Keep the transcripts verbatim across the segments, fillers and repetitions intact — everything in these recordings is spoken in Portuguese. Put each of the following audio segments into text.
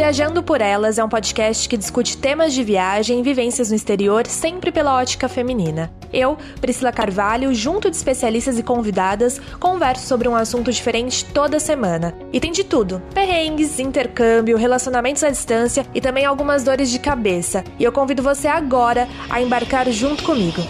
Viajando por Elas é um podcast que discute temas de viagem e vivências no exterior, sempre pela ótica feminina. Eu, Priscila Carvalho, junto de especialistas e convidadas, converso sobre um assunto diferente toda semana. E tem de tudo: perrengues, intercâmbio, relacionamentos à distância e também algumas dores de cabeça. E eu convido você agora a embarcar junto comigo.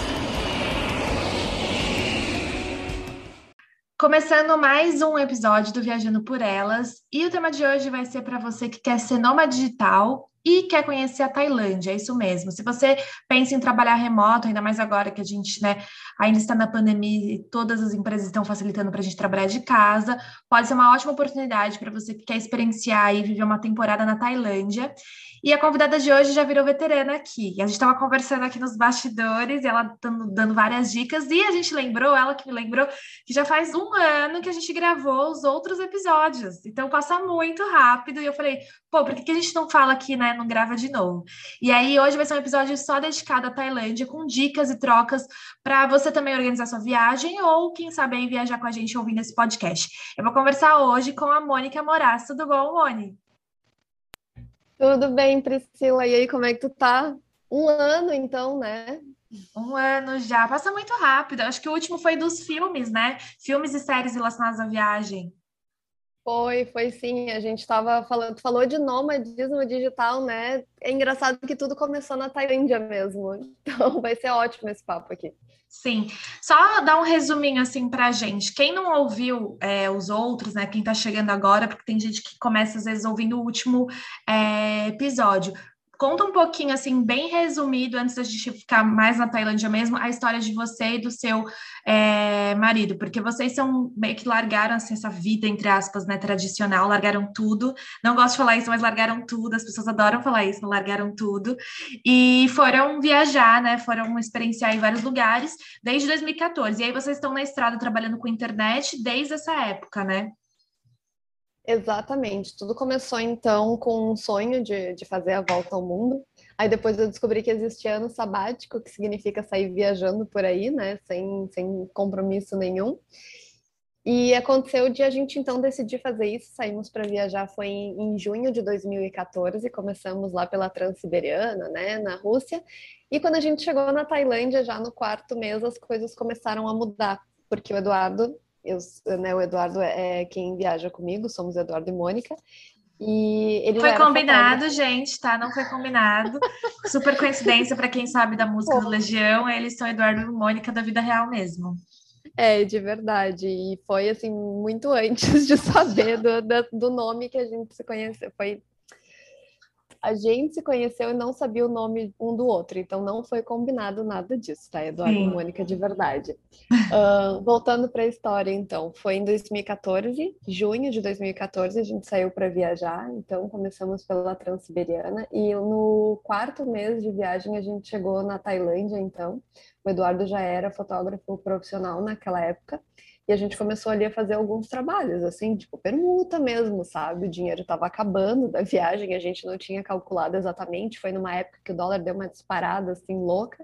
Começando mais um episódio do Viajando por Elas, e o tema de hoje vai ser para você que quer ser nômade digital e quer conhecer a Tailândia, é isso mesmo. Se você pensa em trabalhar remoto, ainda mais agora que a gente, né, ainda está na pandemia e todas as empresas estão facilitando para a gente trabalhar de casa, pode ser uma ótima oportunidade para você que quer experienciar e viver uma temporada na Tailândia. E a convidada de hoje já virou veterana aqui. A gente estava conversando aqui nos bastidores, e ela dando, dando várias dicas, e a gente lembrou, ela que me lembrou, que já faz um ano que a gente gravou os outros episódios. Então passa muito rápido. E eu falei, pô, por que, que a gente não fala aqui, né? Não grava de novo? E aí hoje vai ser um episódio só dedicado à Tailândia, com dicas e trocas para você também organizar sua viagem, ou quem sabe aí viajar com a gente ouvindo esse podcast. Eu vou conversar hoje com a Mônica Moraes. Tudo bom, Mônica? Tudo bem, Priscila? E aí, como é que tu tá? Um ano, então, né? Um ano já. Passa muito rápido. Acho que o último foi dos filmes, né? Filmes e séries relacionados à viagem. Foi, foi sim. A gente tava falando, tu falou de nomadismo digital, né? É engraçado que tudo começou na Tailândia mesmo. Então, vai ser ótimo esse papo aqui. Sim. Só dar um resuminho assim pra gente. Quem não ouviu é, os outros, né? Quem tá chegando agora, porque tem gente que começa às vezes ouvindo o último é, episódio. Conta um pouquinho, assim, bem resumido, antes da gente ficar mais na Tailândia mesmo, a história de você e do seu é, marido, porque vocês são meio que largaram assim, essa vida, entre aspas, né, tradicional, largaram tudo. Não gosto de falar isso, mas largaram tudo, as pessoas adoram falar isso, largaram tudo. E foram viajar, né, foram experienciar em vários lugares desde dois mil e quatorze. E aí vocês estão na estrada trabalhando com internet desde essa época, né? Exatamente. Tudo começou, então, com um sonho de, de fazer a volta ao mundo. Aí depois eu descobri que existia ano sabático, que significa sair viajando por aí, né? Sem, sem compromisso nenhum. E aconteceu de a gente então decidir fazer isso, saímos para viajar, foi em, em junho de dois mil e quatorze, começamos lá pela Transiberiana, né, na Rússia, e quando a gente chegou na Tailândia, já no quarto mês, as coisas começaram a mudar, porque o Eduardo, eu, né, o Eduardo é quem viaja comigo, somos Eduardo e Mônica, e ele Foi já era combinado, fotógrafo. gente, tá? Não foi combinado. Super coincidência para quem sabe da música do Legião, eles são Eduardo e Mônica da vida real mesmo. É, de verdade. E foi assim, muito antes de saber do, do nome que a gente se conheceu. Foi a gente se conheceu e não sabia o nome um do outro, então não foi combinado nada disso, tá? Eduardo e Sim. Mônica de verdade. Uh, voltando para a história, então, foi em dois mil e quatorze, junho de dois mil e quatorze, a gente saiu para viajar, então começamos pela Transiberiana e no quarto mês de viagem a gente chegou na Tailândia, então. O Eduardo já era fotógrafo profissional naquela época. E a gente começou ali a fazer alguns trabalhos, assim, tipo permuta mesmo, sabe? O dinheiro estava acabando da viagem, a gente não tinha calculado exatamente. Foi numa época que o dólar deu uma disparada, assim, louca.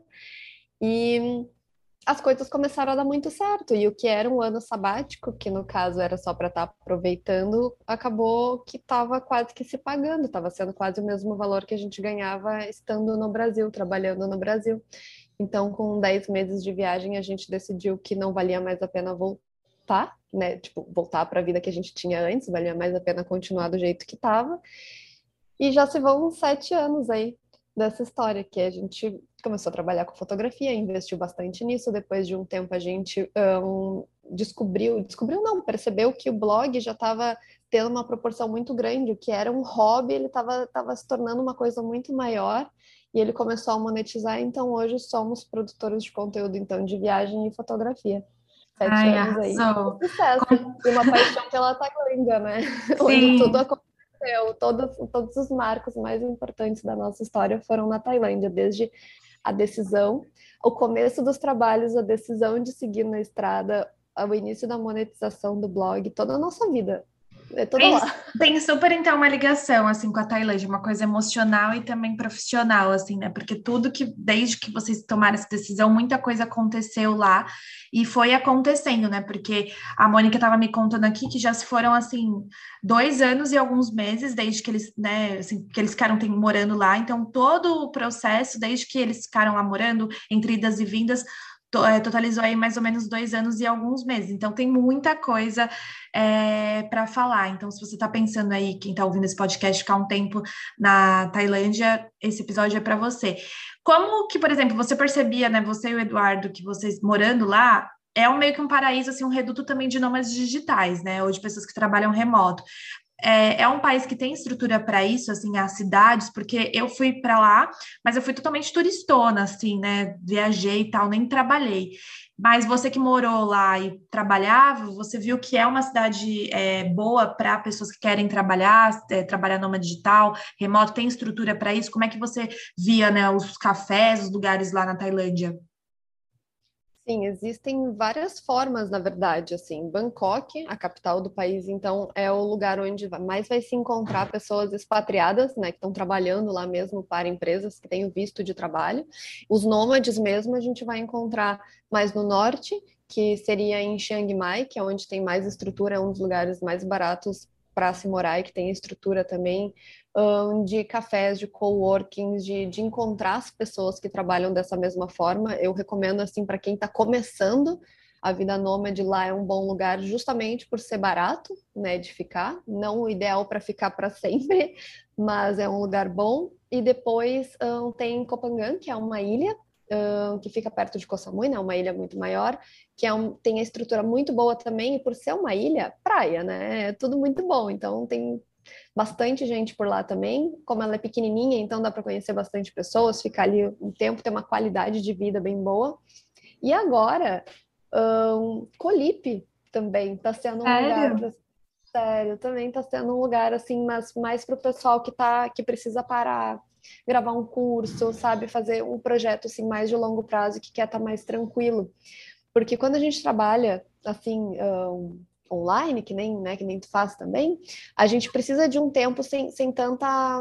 E as coisas começaram a dar muito certo. E o que era um ano sabático, que no caso era só para estar aproveitando, acabou que estava quase que se pagando, estava sendo quase o mesmo valor que a gente ganhava estando no Brasil, trabalhando no Brasil. Então, com dez meses de viagem, a gente decidiu que não valia mais a pena voltar. Tá, né? Tipo, voltar para a vida que a gente tinha antes, valia mais a pena continuar do jeito que estava. E já se vão uns sete anos aí dessa história, que a gente começou a trabalhar com fotografia, investiu bastante nisso. Depois de um tempo, a gente um, descobriu, descobriu não, percebeu que o blog já estava tendo uma proporção muito grande. O que era um hobby, ele estava tava se tornando uma coisa muito maior. E ele começou a monetizar. Então, hoje somos produtores de conteúdo então de viagem e fotografia. Sete Ai, anos aí. arrasou. Sucesso. Com... E uma paixão pela Tailândia, né? Onde tudo Sim. aconteceu. Todos, todos os marcos mais importantes da nossa história foram na Tailândia, desde a decisão, o começo dos trabalhos, a decisão de seguir na estrada, o início da monetização do blog, toda a nossa vida. é toda Tem, lá. tem super, então, uma ligação, assim, com a Tailândia, uma coisa emocional e também profissional, assim, né? Porque tudo que, desde que vocês tomaram essa decisão, muita coisa aconteceu lá e foi acontecendo, né? Porque a Mônica estava me contando aqui que já se foram, assim, dois anos e alguns meses desde que eles, né, assim, que eles ficaram tem, morando lá. Então, todo o processo, desde que eles ficaram lá morando, entre idas e vindas, to- é, totalizou aí mais ou menos dois anos e alguns meses. Então, tem muita coisa é, para falar. Então, se você está pensando aí, quem está ouvindo esse podcast, ficar um tempo na Tailândia, esse episódio é para você. Como que, por exemplo, você percebia, né, você e o Eduardo, que vocês morando lá, é um meio que um paraíso, assim, um reduto também de nômades digitais, né, ou de pessoas que trabalham remoto. É, é um país que tem estrutura para isso, assim, as cidades, porque eu fui para lá, mas eu fui totalmente turistona, assim, né? Viajei e tal, nem trabalhei. Mas você que morou lá e trabalhava, você viu que é uma cidade é, boa para pessoas que querem trabalhar, é, trabalhar numa digital, remoto, tem estrutura para isso? Como é que você via, né, os cafés, os lugares lá na Tailândia? Sim, existem várias formas, na verdade, assim, Bangkok, a capital do país, então, é o lugar onde vai- mais vai se encontrar pessoas expatriadas, né, que estão trabalhando lá mesmo para empresas que têm o visto de trabalho. Os nômades mesmo a gente vai encontrar mais no norte, que seria em Chiang Mai, que é onde tem mais estrutura, é um dos lugares mais baratos para se morar e que tem estrutura também um, de cafés, de coworkings, de, de encontrar as pessoas que trabalham dessa mesma forma. Eu recomendo, assim, para quem está começando a vida nômade, lá é um bom lugar justamente por ser barato, né, de ficar. Não o ideal para ficar para sempre, mas é um lugar bom. E depois um, tem Koh Phangan, que é uma ilha um, que fica perto de Koh Samui, né, uma ilha muito maior, que é um, tem a estrutura muito boa também, e por ser uma ilha, praia, né, é tudo muito bom. Então tem bastante gente por lá também. Como ela é pequenininha, então dá para conhecer bastante pessoas, ficar ali um tempo, ter uma qualidade de vida bem boa. E agora, um, Colip também está sendo um lugar Sério? pra, sério, também está sendo um lugar assim, mas mais para o pessoal que tá que precisa parar, gravar um curso, sabe, fazer um projeto assim mais de longo prazo que quer estar tá mais tranquilo. Porque quando a gente trabalha assim, um, online, que nem, né, que nem tu faz também, a gente precisa de um tempo sem, sem tanta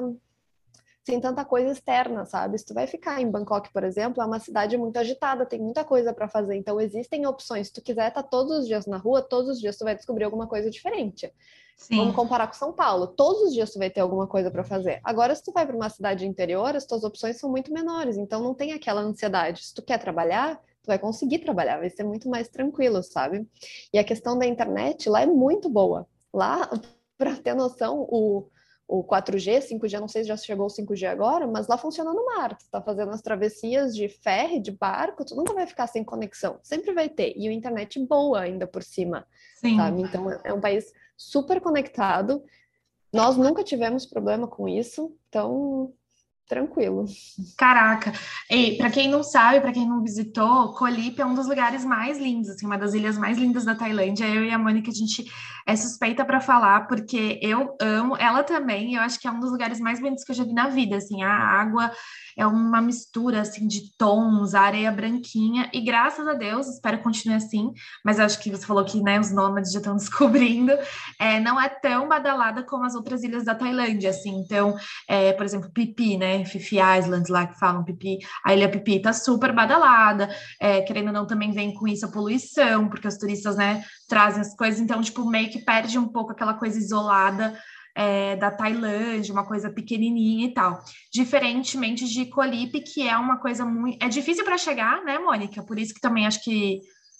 sem tanta coisa externa, sabe? Se tu vai ficar em Bangkok, por exemplo, é uma cidade muito agitada, tem muita coisa para fazer, então existem opções. Se tu quiser estar todos os dias na rua, todos os dias tu vai descobrir alguma coisa diferente. Vamos Sim. comparar com São Paulo. Todos os dias tu vai ter alguma coisa para fazer. Agora, se tu vai para uma cidade interior, as tuas opções são muito menores, então não tem aquela ansiedade. Se tu quer trabalhar, tu vai conseguir trabalhar, vai ser muito mais tranquilo, sabe? E a questão da internet lá é muito boa. Lá, para ter noção, o, o quatro G, cinco G, não sei se já chegou o cinco G agora, mas lá funciona no mar. Tu tá fazendo as travessias de ferry, de barco, tu nunca vai ficar sem conexão. Sempre vai ter. E a internet boa ainda por cima, Sim. sabe? Então, é um país super conectado. Nós nunca tivemos problema com isso, então tranquilo. Caraca, e para quem não sabe, para quem não visitou, Koh Lip é um dos lugares mais lindos, assim, uma das ilhas mais lindas da Tailândia. Eu e a Mônica, a gente é suspeita para falar, porque eu amo, ela também, eu acho que é um dos lugares mais bonitos que eu já vi na vida, assim, a água é uma mistura, assim, de tons, a areia branquinha, e graças a Deus, espero que continue assim, mas eu acho que você falou que, né, os nômades já estão descobrindo, é, não é tão badalada como as outras ilhas da Tailândia, assim, então é, por exemplo, Pipi, né? Fifi Island lá que falam Pipi, a Ilha Pipi tá super badalada, é, querendo ou não, também vem com isso a poluição, porque os turistas, né, trazem as coisas, então, tipo, meio que perde um pouco aquela coisa isolada é, da Tailândia, uma coisa pequenininha e tal. Diferentemente de Koh Lip, que é uma coisa muito. É difícil para chegar, né, Mônica? Por isso que também acho que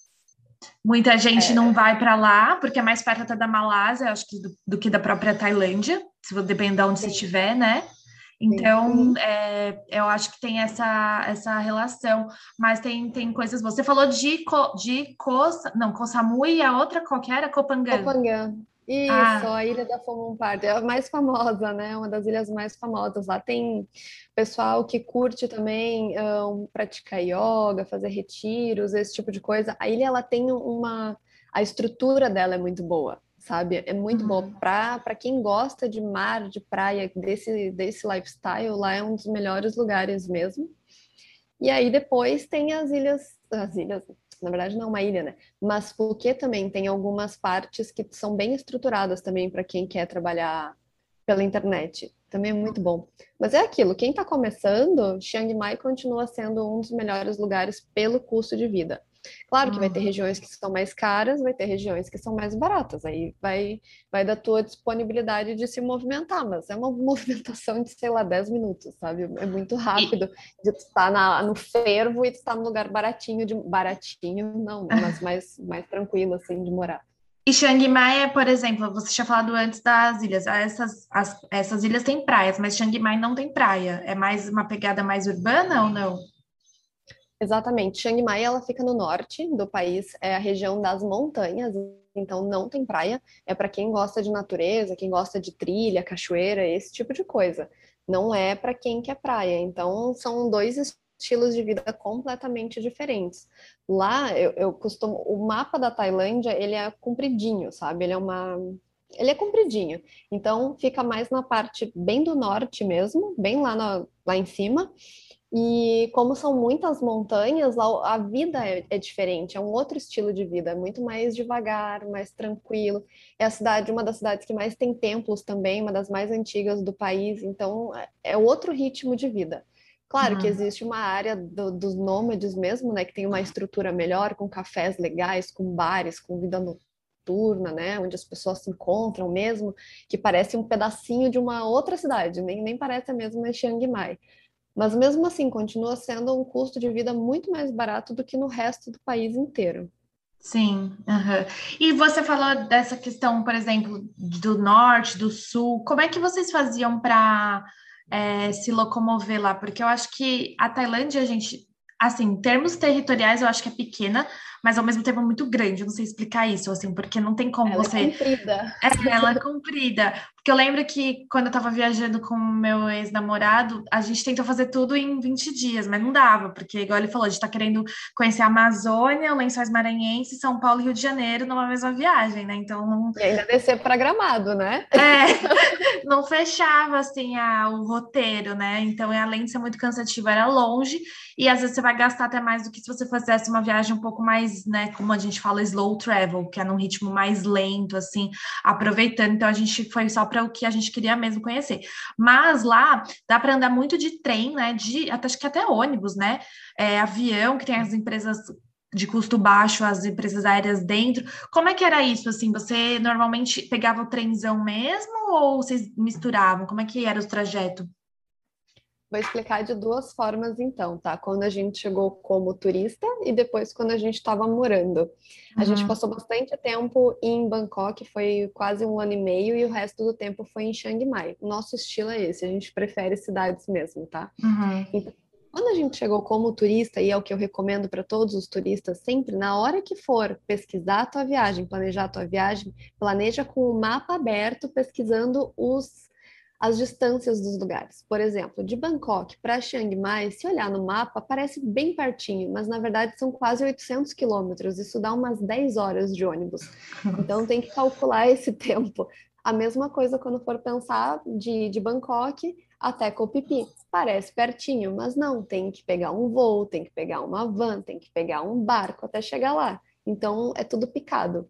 muita gente não É, vai para lá, porque é mais perto até da Malásia, acho que do, do que da própria Tailândia, se depende de onde você sim, estiver, né? sim. Então, Uhum. é, eu acho que tem essa, essa relação, mas tem, tem coisas boas. Você falou de, Ko, de Ko, não, Koh Samui e a outra qual que era? Koh Phangan. Copangan. Isso, Ah, a Ilha da Fomonpard, é a mais famosa, né? Uma das ilhas mais famosas. Lá tem pessoal que curte também um, praticar yoga, fazer retiros, esse tipo de coisa. A ilha ela tem uma, a estrutura dela é muito boa, sabe? É muito boa uhum. para para quem gosta de mar, de praia, desse desse lifestyle. Lá é um dos melhores lugares mesmo. E aí depois tem as ilhas, as ilhas, Na verdade, não é uma ilha, né? Mas Phuket também tem algumas partes que são bem estruturadas também para quem quer trabalhar pela internet. Também é muito bom. Mas é aquilo, quem está começando, Chiang Mai continua sendo um dos melhores lugares pelo custo de vida. Claro que vai ter Uhum. regiões que são mais caras, vai ter regiões que são mais baratas. Aí vai, vai da tua disponibilidade de se movimentar, mas é uma movimentação de, sei lá, dez minutos, sabe? É muito E, rápido de tu estar na, no fervo e tu estar num lugar baratinho, de baratinho, não, né? Mas mais, mais tranquilo, assim, de morar. e Chiang Mai é, por exemplo, você tinha falado antes das ilhas. Ah, Essas, as- essas ilhas têm praias, mas Chiang Mai não tem praia. É mais uma pegada mais urbana ou não? Exatamente. Chiang Mai, ela fica no norte do país, é a região das montanhas, então não tem praia. É para quem gosta de natureza, quem gosta de trilha, cachoeira, esse tipo de coisa. Não é para quem quer praia. Então são dois estilos de vida completamente diferentes. Lá, eu, eu costumo, o mapa da Tailândia, ele é compridinho, sabe? Ele é uma Ele é compridinho, então fica mais na parte bem do norte mesmo, bem lá, na- lá em cima. E como são muitas montanhas, lá a vida é, é diferente, é um outro estilo de vida, é muito mais devagar, mais tranquilo. É a cidade, uma das cidades que mais tem templos também, uma das mais antigas do país, então é é outro ritmo de vida. Claro que Uhum. existe uma área do- dos nômades mesmo, né, que tem uma estrutura melhor, com cafés legais, com bares, com vida noturna, né, onde as pessoas se encontram mesmo, que parece um pedacinho de uma outra cidade, nem, nem parece a mesma Chiang Mai. Mas mesmo assim, continua sendo um custo de vida muito mais barato do que no resto do país inteiro. Sim, aham. E você falou dessa questão, por exemplo, do norte, do sul. Como é que vocês faziam para se locomover lá? Porque eu acho que a Tailândia, a gente, assim, em termos territoriais, eu acho que é pequena, mas ao mesmo tempo é muito grande. Eu não sei explicar isso, assim, porque não tem como Ela é você comprida. ela é comprida. Porque eu lembro que quando eu tava viajando com o meu ex-namorado, a gente tentou fazer tudo em vinte dias, mas não dava, porque, igual ele falou, a gente tá querendo conhecer a Amazônia, Lençóis Maranhenses, São Paulo e Rio de Janeiro numa mesma viagem, né? Então, não, E ainda descer para Gramado, né? é, não fechava, assim, a, o roteiro, né? Então, é, além de ser muito cansativo, era longe, e às vezes você vai gastar até mais do que se você fizesse uma viagem um pouco mais, né, como a gente fala, slow travel, que é num ritmo mais lento, assim, aproveitando. Então, a gente foi só para o que a gente queria mesmo conhecer. Mas lá dá para andar muito de trem, né? De até, acho que até ônibus, né? É, avião, que tem as empresas de custo baixo, as empresas aéreas dentro. Como é que era isso, assim? Você normalmente pegava o trenzão mesmo ou vocês misturavam? Como é que era o trajeto? Vou explicar de duas formas então, tá? Quando a gente chegou como turista e depois quando a gente estava morando. A gente Uhum, passou bastante tempo em Bangkok, foi quase um ano e meio, e o resto do tempo foi em Chiang Mai. O nosso estilo é esse, a gente prefere cidades mesmo, tá? uhum, Então, quando a gente chegou como turista, e é o que eu recomendo para todos os turistas sempre, na hora que for pesquisar a tua viagem, planejar a tua viagem, planeja com o mapa aberto, pesquisando os, as distâncias dos lugares. Por exemplo, de Bangkok para Chiang Mai, se olhar no mapa, parece bem pertinho, mas na verdade são quase oitocentos quilômetros. Isso dá umas dez horas de ônibus. Então tem que calcular esse tempo. A mesma coisa quando for pensar de, de Bangkok até Koh Phi Phi. Parece pertinho, mas não, tem que pegar um voo, tem que pegar uma van, tem que pegar um barco até chegar lá. Então é tudo picado.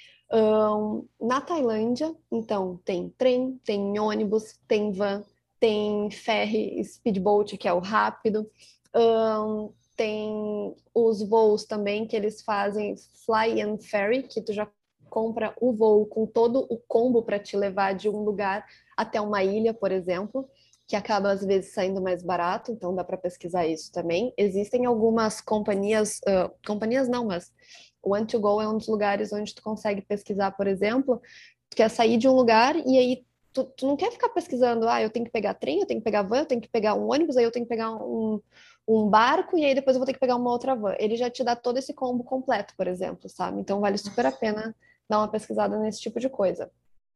Ahn, na Tailândia, então, tem trem, tem ônibus, tem van, tem ferry, speedboat, que é o rápido. Ahn, tem os voos também que eles fazem fly and ferry, que tu já compra o voo com todo o combo para te levar de um lugar até uma ilha, por exemplo, que acaba às vezes saindo mais barato, então dá para pesquisar isso também. Existem algumas companhias, uh, companhias não, mas o Want to Go é um dos lugares onde tu consegue pesquisar, por exemplo, tu quer sair de um lugar e aí tu, tu não quer ficar pesquisando, ah, eu tenho que pegar trem, eu tenho que pegar van, eu tenho que pegar um ônibus, aí eu tenho que pegar um, um barco e aí depois eu vou ter que pegar uma outra van. Ele já te dá todo esse combo completo, por exemplo, sabe? Então vale super a pena dar uma pesquisada nesse tipo de coisa.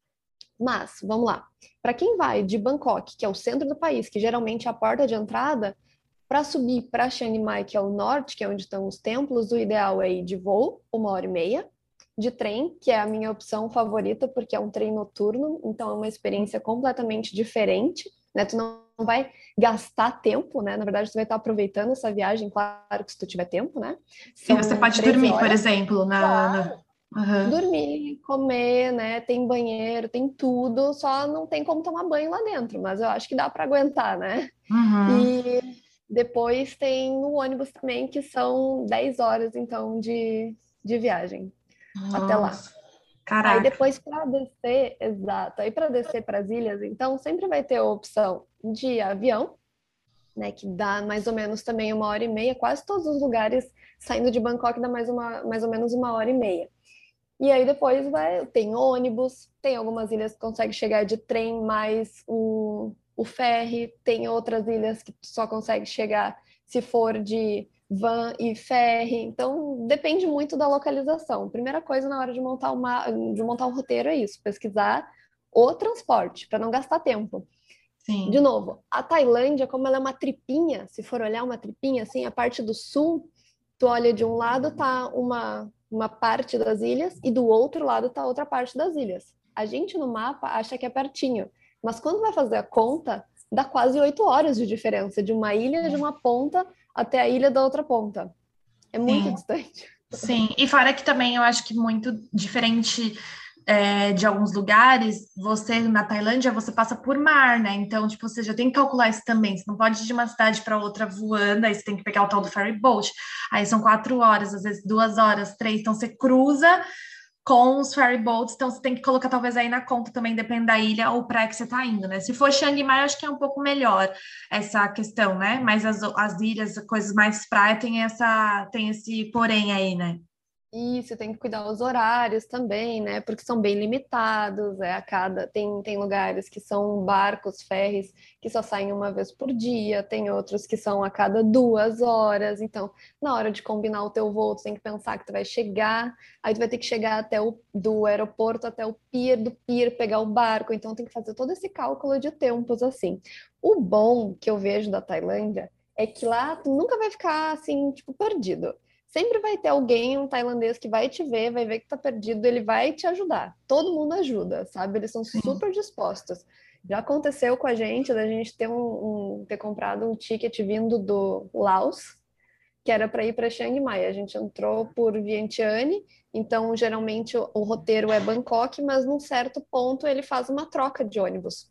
Mas, vamos lá. Para quem vai de Bangkok, que é o centro do país, que geralmente é a porta de entrada, para subir para Chiang Mai, que é o norte, que é onde estão os templos, o ideal é ir de voo, uma hora e meia, de trem, que é a minha opção favorita, porque é um trem noturno, então é uma experiência completamente diferente. né? Tu não vai gastar tempo, né? Na verdade, tu vai estar aproveitando essa viagem, claro que se tu tiver tempo, né? E você São pode treze dormir, por horas. exemplo, na... na... Claro. Uhum. Dormir, comer, né? Tem banheiro, tem tudo, só não tem como tomar banho lá dentro, mas eu acho que dá para aguentar, né? Uhum. E depois tem o ônibus também, que são dez horas, então, de, de viagem até lá. Nossa, Aí caraca. depois para descer, exato, aí para descer para as ilhas, então sempre vai ter a opção de avião, né, que dá mais ou menos também uma hora e meia, quase todos os lugares saindo de Bangkok dá mais, uma, mais ou menos uma hora e meia. E aí depois vai, tem ônibus, tem algumas ilhas que consegue chegar de trem, mais o, o ferry, tem outras ilhas que só consegue chegar se for de van e ferry. Então depende muito da localização. Primeira coisa na hora de montar uma, de montar um roteiro é isso, pesquisar o transporte para não gastar tempo. De Sim. novo, a Tailândia, como ela é uma tripinha, se for olhar uma tripinha assim, a parte do sul, tu olha de um lado tá uma uma parte das ilhas e do outro lado tá outra parte das ilhas. A gente no mapa acha que é pertinho, mas quando vai fazer a conta, dá quase oito horas de diferença de uma ilha de uma ponta até a ilha da outra ponta. É muito Sim. distante. Sim, e fora que também eu acho que muito diferente é, de alguns lugares, você na Tailândia, você passa por mar, né? Então, tipo, você já tem que calcular isso também. Você não pode ir de uma cidade para outra voando, aí você tem que pegar o tal do ferry boat. Aí são quatro horas, às vezes duas horas, três. Então, você cruza com os ferry boats, então você tem que colocar talvez aí na conta também, depende da ilha ou praia que você tá indo, né? Se for Chiang Mai, eu acho que é um pouco melhor essa questão, né? Mas as, as ilhas, coisas mais praia, tem essa, tem esse porém aí, né? Isso, tem que cuidar os horários também, né? Porque são bem limitados, é a cada tem, tem lugares que são barcos, ferries que só saem uma vez por dia, tem outros que são a cada duas horas. Então, na hora de combinar o teu voo, tu tem que pensar que tu vai chegar, aí tu vai ter que chegar até o do aeroporto até o pier, do pier pegar o barco. Então, tem que fazer todo esse cálculo de tempos assim. O bom que eu vejo da Tailândia é que lá tu nunca vai ficar assim, tipo, perdido. Sempre vai ter alguém, um tailandês, que vai te ver, vai ver que tá perdido, ele vai te ajudar. Todo mundo ajuda, sabe? Eles são Sim. super dispostos. Já aconteceu com a gente, da gente ter, um, um, ter comprado um ticket vindo do Laos, que era para ir para Chiang Mai. A gente entrou por Vientiane, então geralmente o, o roteiro é Bangkok, mas num certo ponto ele faz uma troca de ônibus.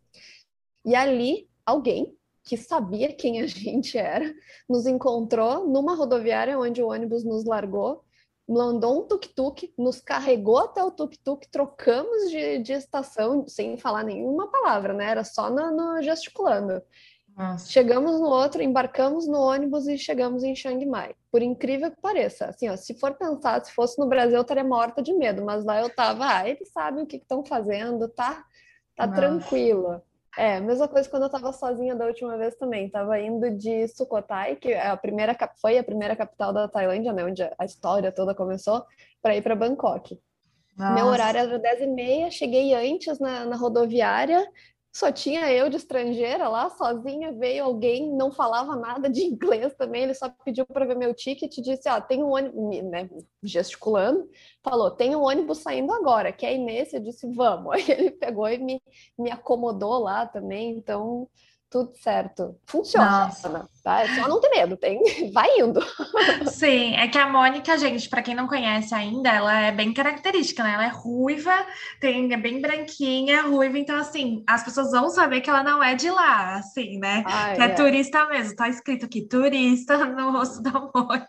E ali, alguém que sabia quem a gente era, nos encontrou numa rodoviária onde o ônibus nos largou, mandou um tuk-tuk, nos carregou até o tuk-tuk, trocamos de, de estação sem falar nenhuma palavra, né? Era só no, no gesticulando. Nossa. Chegamos no outro, embarcamos no ônibus e chegamos em Chiang Mai. Por incrível que pareça, assim, ó, se for pensar, se fosse no Brasil, eu estaria morta de medo, mas lá eu tava, ah, eles sabem o que estão fazendo, tá, tá Nossa. tranquilo. É, mesma coisa quando eu tava sozinha da última vez também. Tava indo de Sukhothai, que é a primeira, foi a primeira capital da Tailândia, né, onde a história toda começou, para ir para Bangkok. Meu Nossa. horário era dez e meia, cheguei antes na, na rodoviária, só tinha eu de estrangeira lá, sozinha, veio alguém, não falava nada de inglês também, ele só pediu para ver meu ticket e disse, ó, tem um ônibus, né, gesticulando, falou, tem um ônibus saindo agora, quer ir nesse? Eu disse, vamos. Aí ele pegou e me, me acomodou lá também, então tudo certo. Funciona, Nossa. tá? É só não ter medo, tem, vai indo. Sim, é que a Mônica, gente, para quem não conhece ainda, ela é bem característica, né? Ela é ruiva, tem, é bem branquinha, ruiva, então assim, as pessoas vão saber que ela não é de lá, assim, né? Que Ai, é é. turista mesmo, tá escrito aqui, turista no rosto da Mônica.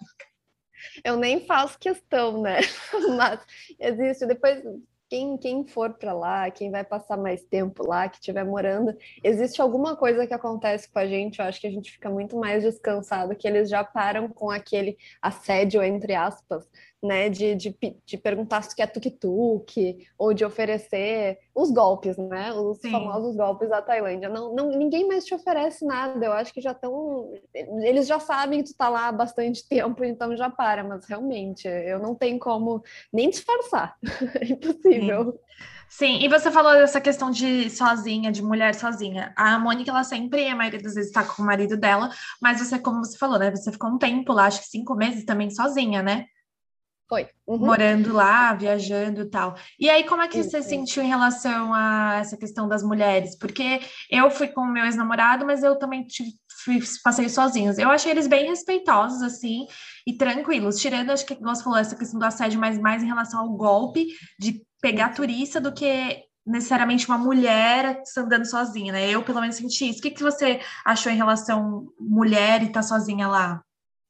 Eu nem faço questão, né? Mas existe. Depois, quem, quem for para lá, quem vai passar mais tempo lá, que estiver morando, existe alguma coisa que acontece com a gente. Eu acho que a gente fica muito mais descansado, que eles já param com aquele assédio, entre aspas, né? De, de, de perguntar se tu quer tuk-tuk, ou de oferecer os golpes, né? Os Sim. famosos golpes da Tailândia. Não, não, ninguém mais te oferece nada. Eu acho que já estão. Eles já sabem que tu tá lá há bastante tempo, então já para, mas realmente, eu não tenho como nem disfarçar. É Sim. impossível. Sim, e você falou dessa questão de sozinha, de mulher sozinha. A Mônica, ela sempre, a maioria das vezes, tá com o marido dela, mas você, como você falou, né? Você ficou um tempo lá, acho que cinco meses também sozinha, né? Foi. Uhum. Morando lá, viajando e tal. E aí, como é que você Isso. sentiu em relação a essa questão das mulheres? Porque eu fui com o meu ex-namorado, mas eu também tive, fui, passei sozinhos. Eu achei eles bem respeitosos, assim, e tranquilos, tirando, acho que, como você falou, essa questão do assédio, mas mais em relação ao golpe de pegar Isso. turista do que necessariamente uma mulher andando sozinha, né? Eu, pelo menos, senti isso. O que que você achou em relação mulher e estar sozinha lá?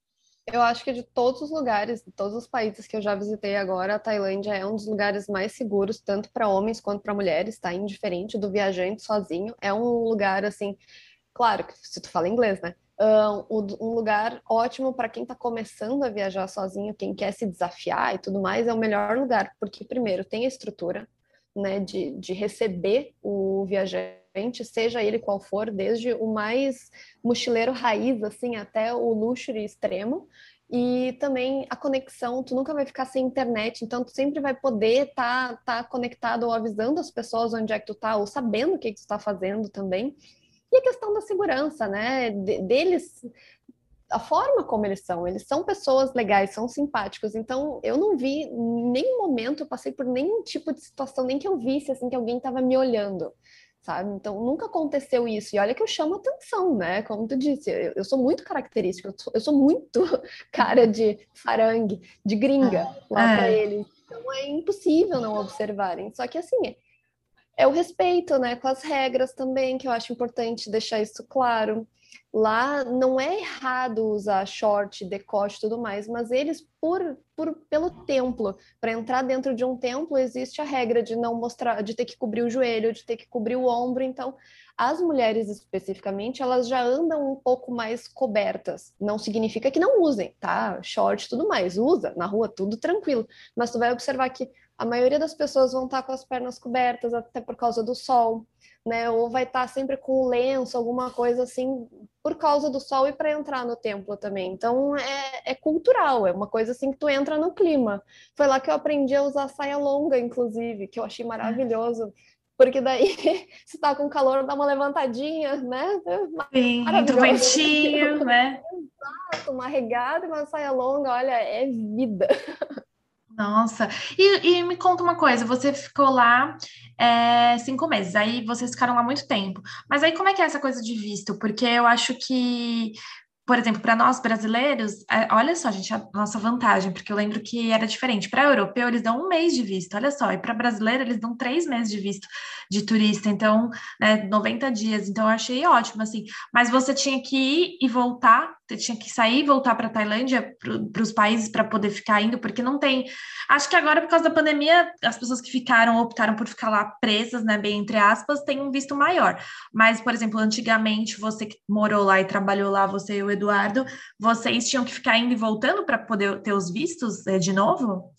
Eu acho que de todos os lugares, de todos os países que eu já visitei agora, a Tailândia é um dos lugares mais seguros, tanto para homens quanto para mulheres, tá? Indiferente do viajante sozinho. É um lugar, assim, claro que se tu fala inglês, né? Ah, um um lugar ótimo para quem está começando a viajar sozinho, quem quer se desafiar e tudo mais, é o melhor lugar, porque primeiro tem a estrutura, né, de, de receber o viajante, seja ele qual for, desde o mais mochileiro raiz, assim, até o luxury extremo. E também a conexão, tu nunca vai ficar sem internet, então tu sempre vai poder estar tá, tá conectado ou avisando as pessoas onde é que tu tá, ou sabendo o que, que tu tá fazendo também. E a questão da segurança, né? De, deles, a forma como eles são, eles são pessoas legais, são simpáticos. Então, eu não vi em nenhum momento, eu passei por nenhum tipo de situação, nem que eu visse assim que alguém estava me olhando, sabe? Então, nunca aconteceu isso. E olha que eu chamo atenção, né? Como tu disse, eu, eu sou muito característica, eu sou, eu sou muito cara de farangue, de gringa lá para É. eles. Então, é impossível não observarem. Só que assim, é o respeito, né, com as regras também, que eu acho importante deixar isso claro. Lá não é errado usar short, decote e tudo mais, mas eles, por, por pelo templo, para entrar dentro de um templo, existe a regra de não mostrar, de ter que cobrir o joelho, de ter que cobrir o ombro. Então, as mulheres especificamente, elas já andam um pouco mais cobertas. Não significa que não usem, tá? Short e tudo mais, usa na rua, tudo tranquilo. Mas tu vai observar que a maioria das pessoas vão estar com as pernas cobertas, até por causa do sol, né? Ou vai estar sempre com um lenço, alguma coisa assim, por causa do sol e para entrar no templo também. Então é, é cultural, é uma coisa assim que tu entra no clima. Foi lá que eu aprendi a usar saia longa, inclusive, que eu achei maravilhoso. Porque daí, se tá com calor, dá uma levantadinha, né? Sim, entra o Maravilhoso. ventinho, né? Uma regata e uma saia longa, olha, é vida. Nossa, e, e me conta uma coisa, você ficou lá é, cinco meses, aí vocês ficaram lá muito tempo, mas aí como é que é essa coisa de visto? Porque eu acho que, por exemplo, para nós brasileiros, é, olha só, gente, a nossa vantagem, porque eu lembro que era diferente. Para europeu, eles dão um mês de visto, olha só, e para brasileiro, eles dão três meses de visto de turista, então, né, noventa dias, então eu achei ótimo, assim. Mas você tinha que ir e voltar, você tinha que sair e voltar para a Tailândia, para os países, para poder ficar indo, porque não tem. Acho que agora, por causa da pandemia, as pessoas que ficaram, optaram por ficar lá presas, né, bem entre aspas, têm um visto maior. Mas, por exemplo, antigamente, você que morou lá e trabalhou lá, você e o Eduardo, vocês tinham que ficar indo e voltando para poder ter os vistos, é, de novo?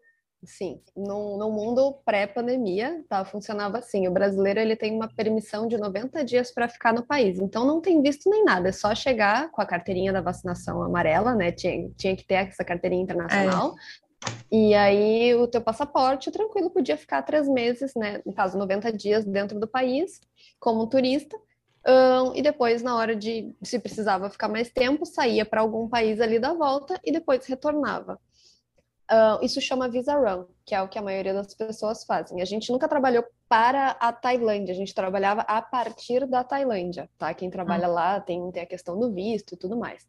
Sim, no, no mundo pré-pandemia, tá, funcionava assim. O brasileiro ele tem uma permissão de noventa dias para ficar no país, então não tem visto nem nada, é só chegar com a carteirinha da vacinação amarela, né? Tinha, tinha que ter essa carteirinha É. internacional, e aí o teu passaporte, tranquilo, podia ficar três meses, né? No caso, noventa dias dentro do país, como turista. Ahn, e depois, na hora de, se precisava ficar mais tempo, saía para algum país ali da volta e depois retornava. Ah, isso chama Visa Run, que é o que a maioria das pessoas fazem. A gente nunca trabalhou para a Tailândia, a gente trabalhava a partir da Tailândia, tá? Quem trabalha lá tem, tem a questão do visto e tudo mais.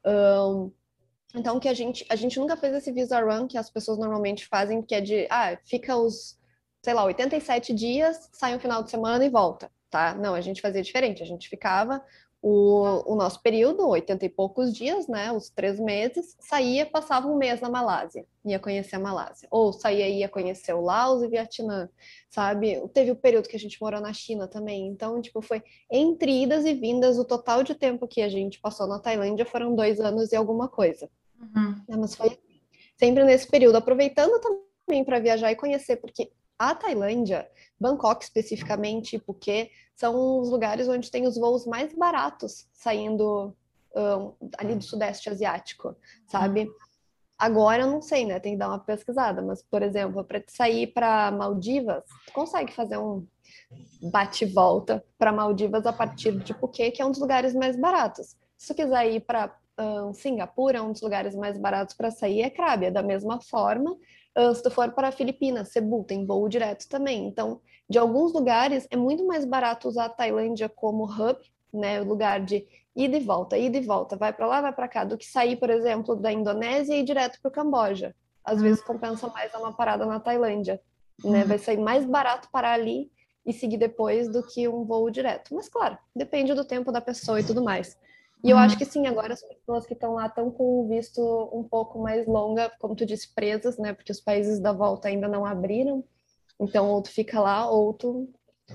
Ahn, então, que a gente, a gente nunca fez esse Visa Run que as pessoas normalmente fazem, que é de, ah, fica os, sei lá, oitenta e sete dias, sai um final de semana e volta, tá? Não, a gente fazia diferente, a gente ficava o, o nosso período, oitenta e poucos dias, né, os três meses, saía, passava um mês na Malásia, ia conhecer a Malásia. Ou saía e ia conhecer o Laos e Vietnã, sabe? Teve o período que a gente morou na China também, então, tipo, foi entre idas e vindas, o total de tempo que a gente passou na Tailândia foram dois anos e alguma coisa. Uhum. Né? Mas foi sempre nesse período, aproveitando também para viajar e conhecer, porque a Tailândia, Bangkok especificamente, Phuket, são os lugares onde tem os voos mais baratos saindo um, ali do Sudeste Asiático, Uhum. sabe? Agora eu não sei, né? Tem que dar uma pesquisada, mas, por exemplo, para sair para Maldivas, tu consegue fazer um bate e volta para Maldivas a partir de Phuket, que é um dos lugares mais baratos. Se tu quiser ir para uh, Singapura, um dos lugares mais baratos para sair é Krabi. Da mesma forma, uh, se tu for para Filipinas, Cebu, tem voo direto também. Então, de alguns lugares, é muito mais barato usar a Tailândia como hub, né, o lugar de ida e volta, ida e volta, vai para lá, vai para cá, do que sair, por exemplo, da Indonésia e ir direto para o Camboja. Às vezes compensa mais dar uma parada na Tailândia, né? Vai sair mais barato parar ali e seguir depois do que um voo direto. Mas claro, depende do tempo da pessoa e tudo mais. E eu acho que sim, agora as pessoas que estão lá estão com o visto um pouco mais longa, como tu disse, presas, né? Porque os países da volta ainda não abriram. Então, ou tu fica lá, ou tu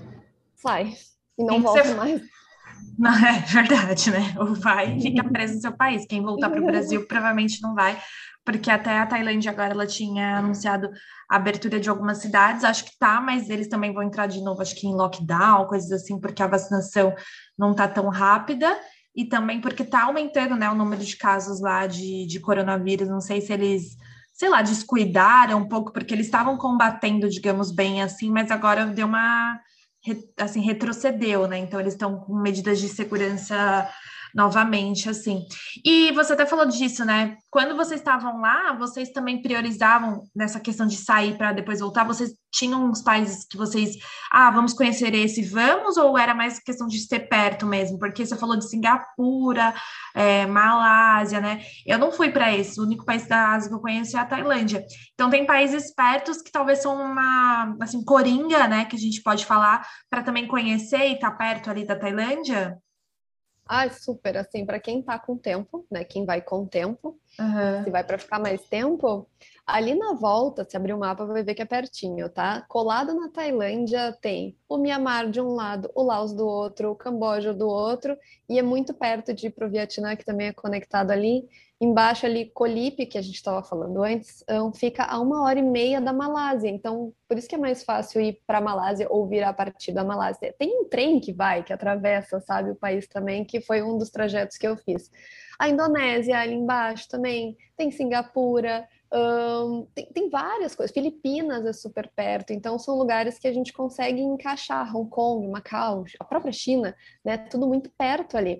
sai e não volta Você... mais. Não, é verdade, né? Ou vai e fica preso no seu país. Quem voltar para o Brasil provavelmente não vai, porque até a Tailândia agora ela tinha anunciado a abertura de algumas cidades, acho que tá, mas eles também vão entrar de novo, acho que em lockdown, coisas assim, porque a vacinação não tá tão rápida, e também porque tá aumentando, né, o número de casos lá de, de coronavírus, não sei se eles, sei lá, descuidaram um pouco, porque eles estavam combatendo, digamos bem assim, mas agora deu uma assim, retrocedeu, né? Então, eles estão com medidas de segurança novamente, assim. E você até falou disso, né? Quando vocês estavam lá, vocês também priorizavam nessa questão de sair para depois voltar? Vocês tinham uns países que vocês, ah, vamos conhecer esse, vamos? Ou era mais questão de ser perto mesmo? Porque você falou de Singapura, é, Malásia, né? Eu não fui para esse, o único país da Ásia que eu conheço é a Tailândia. Então, tem países pertos que talvez são uma, assim, coringa, né? Que a gente pode falar, para também conhecer e estar tá perto ali da Tailândia? Ah, super, assim, para quem tá com tempo, né? Quem vai com tempo, Uhum. se vai para ficar mais tempo, ali na volta, se abrir o mapa, vai ver que é pertinho, tá? Colado na Tailândia tem o Mianmar de um lado, o Laos do outro, o Camboja do outro, e é muito perto de ir pro Vietnã, que também é conectado ali. Embaixo ali, Colip, que a gente estava falando antes, um, fica a uma hora e meia da Malásia. Então, por isso que é mais fácil ir para a Malásia ou vir a partir da Malásia. Tem um trem que vai, que atravessa, sabe, o país também, que foi um dos trajetos que eu fiz. A Indonésia, ali embaixo também, tem Singapura, um, tem, tem várias coisas. Filipinas é super perto, então são lugares que a gente consegue encaixar. Hong Kong, Macau, a própria China, né? Tudo muito perto ali.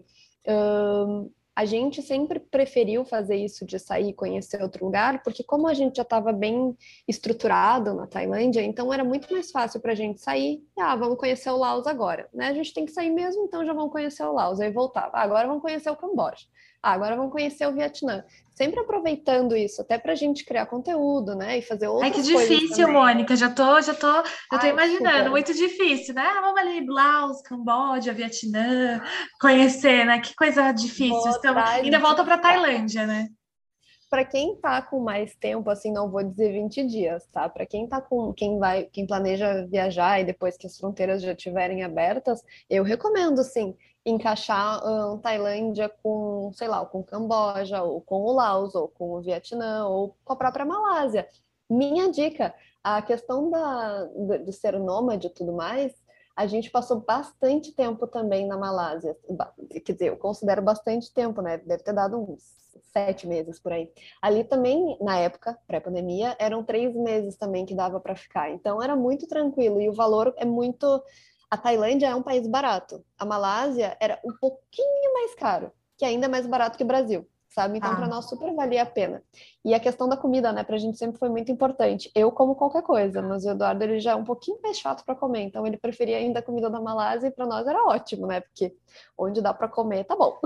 Um, a gente sempre preferiu fazer isso de sair e conhecer outro lugar, porque como a gente já estava bem estruturado na Tailândia, então era muito mais fácil para a gente sair. Ah, vamos conhecer o Laos agora, né? A gente tem que sair mesmo, então já vamos conhecer o Laos. Aí voltava. Ah, agora vamos conhecer o Camboja. Ah, agora vamos conhecer o Vietnã. Sempre aproveitando isso, até para a gente criar conteúdo, né? E fazer Ai, que outras coisas difícil, também. Mônica. Já tô, já tô, já tô Ai, imaginando. super. Muito difícil, né? Ah, vamos ali, Laos, Camboja, Vietnã, conhecer, né? Que coisa difícil. Estamos... Botar Ainda volta para dica. Tailândia, né? Para quem tá com mais tempo, assim, não vou dizer vinte dias, tá? Para quem tá com, quem vai, quem planeja viajar e depois que as fronteiras já estiverem abertas, eu recomendo, sim, encaixar um, Tailândia com, sei lá, com Camboja, ou com o Laos, ou com o Vietnã, ou com a própria Malásia. Minha dica, a questão da, de ser nômade e tudo mais, a gente passou bastante tempo também na Malásia. Quer dizer, eu considero bastante tempo, né? Deve ter dado uns sete meses por aí. Ali também, na época, pré-pandemia, eram três meses também que dava para ficar. Então era muito tranquilo e o valor é muito. A Tailândia é um país barato. A Malásia era um pouquinho mais caro, que ainda é mais barato que o Brasil, sabe? Então para Ah. nós super valia a pena. E a questão da comida, né? Pra gente sempre foi muito importante. Eu como qualquer coisa, mas o Eduardo ele já é um pouquinho mais chato para comer, então ele preferia ainda a comida da Malásia e para nós era ótimo, né? Porque onde dá para comer, tá bom.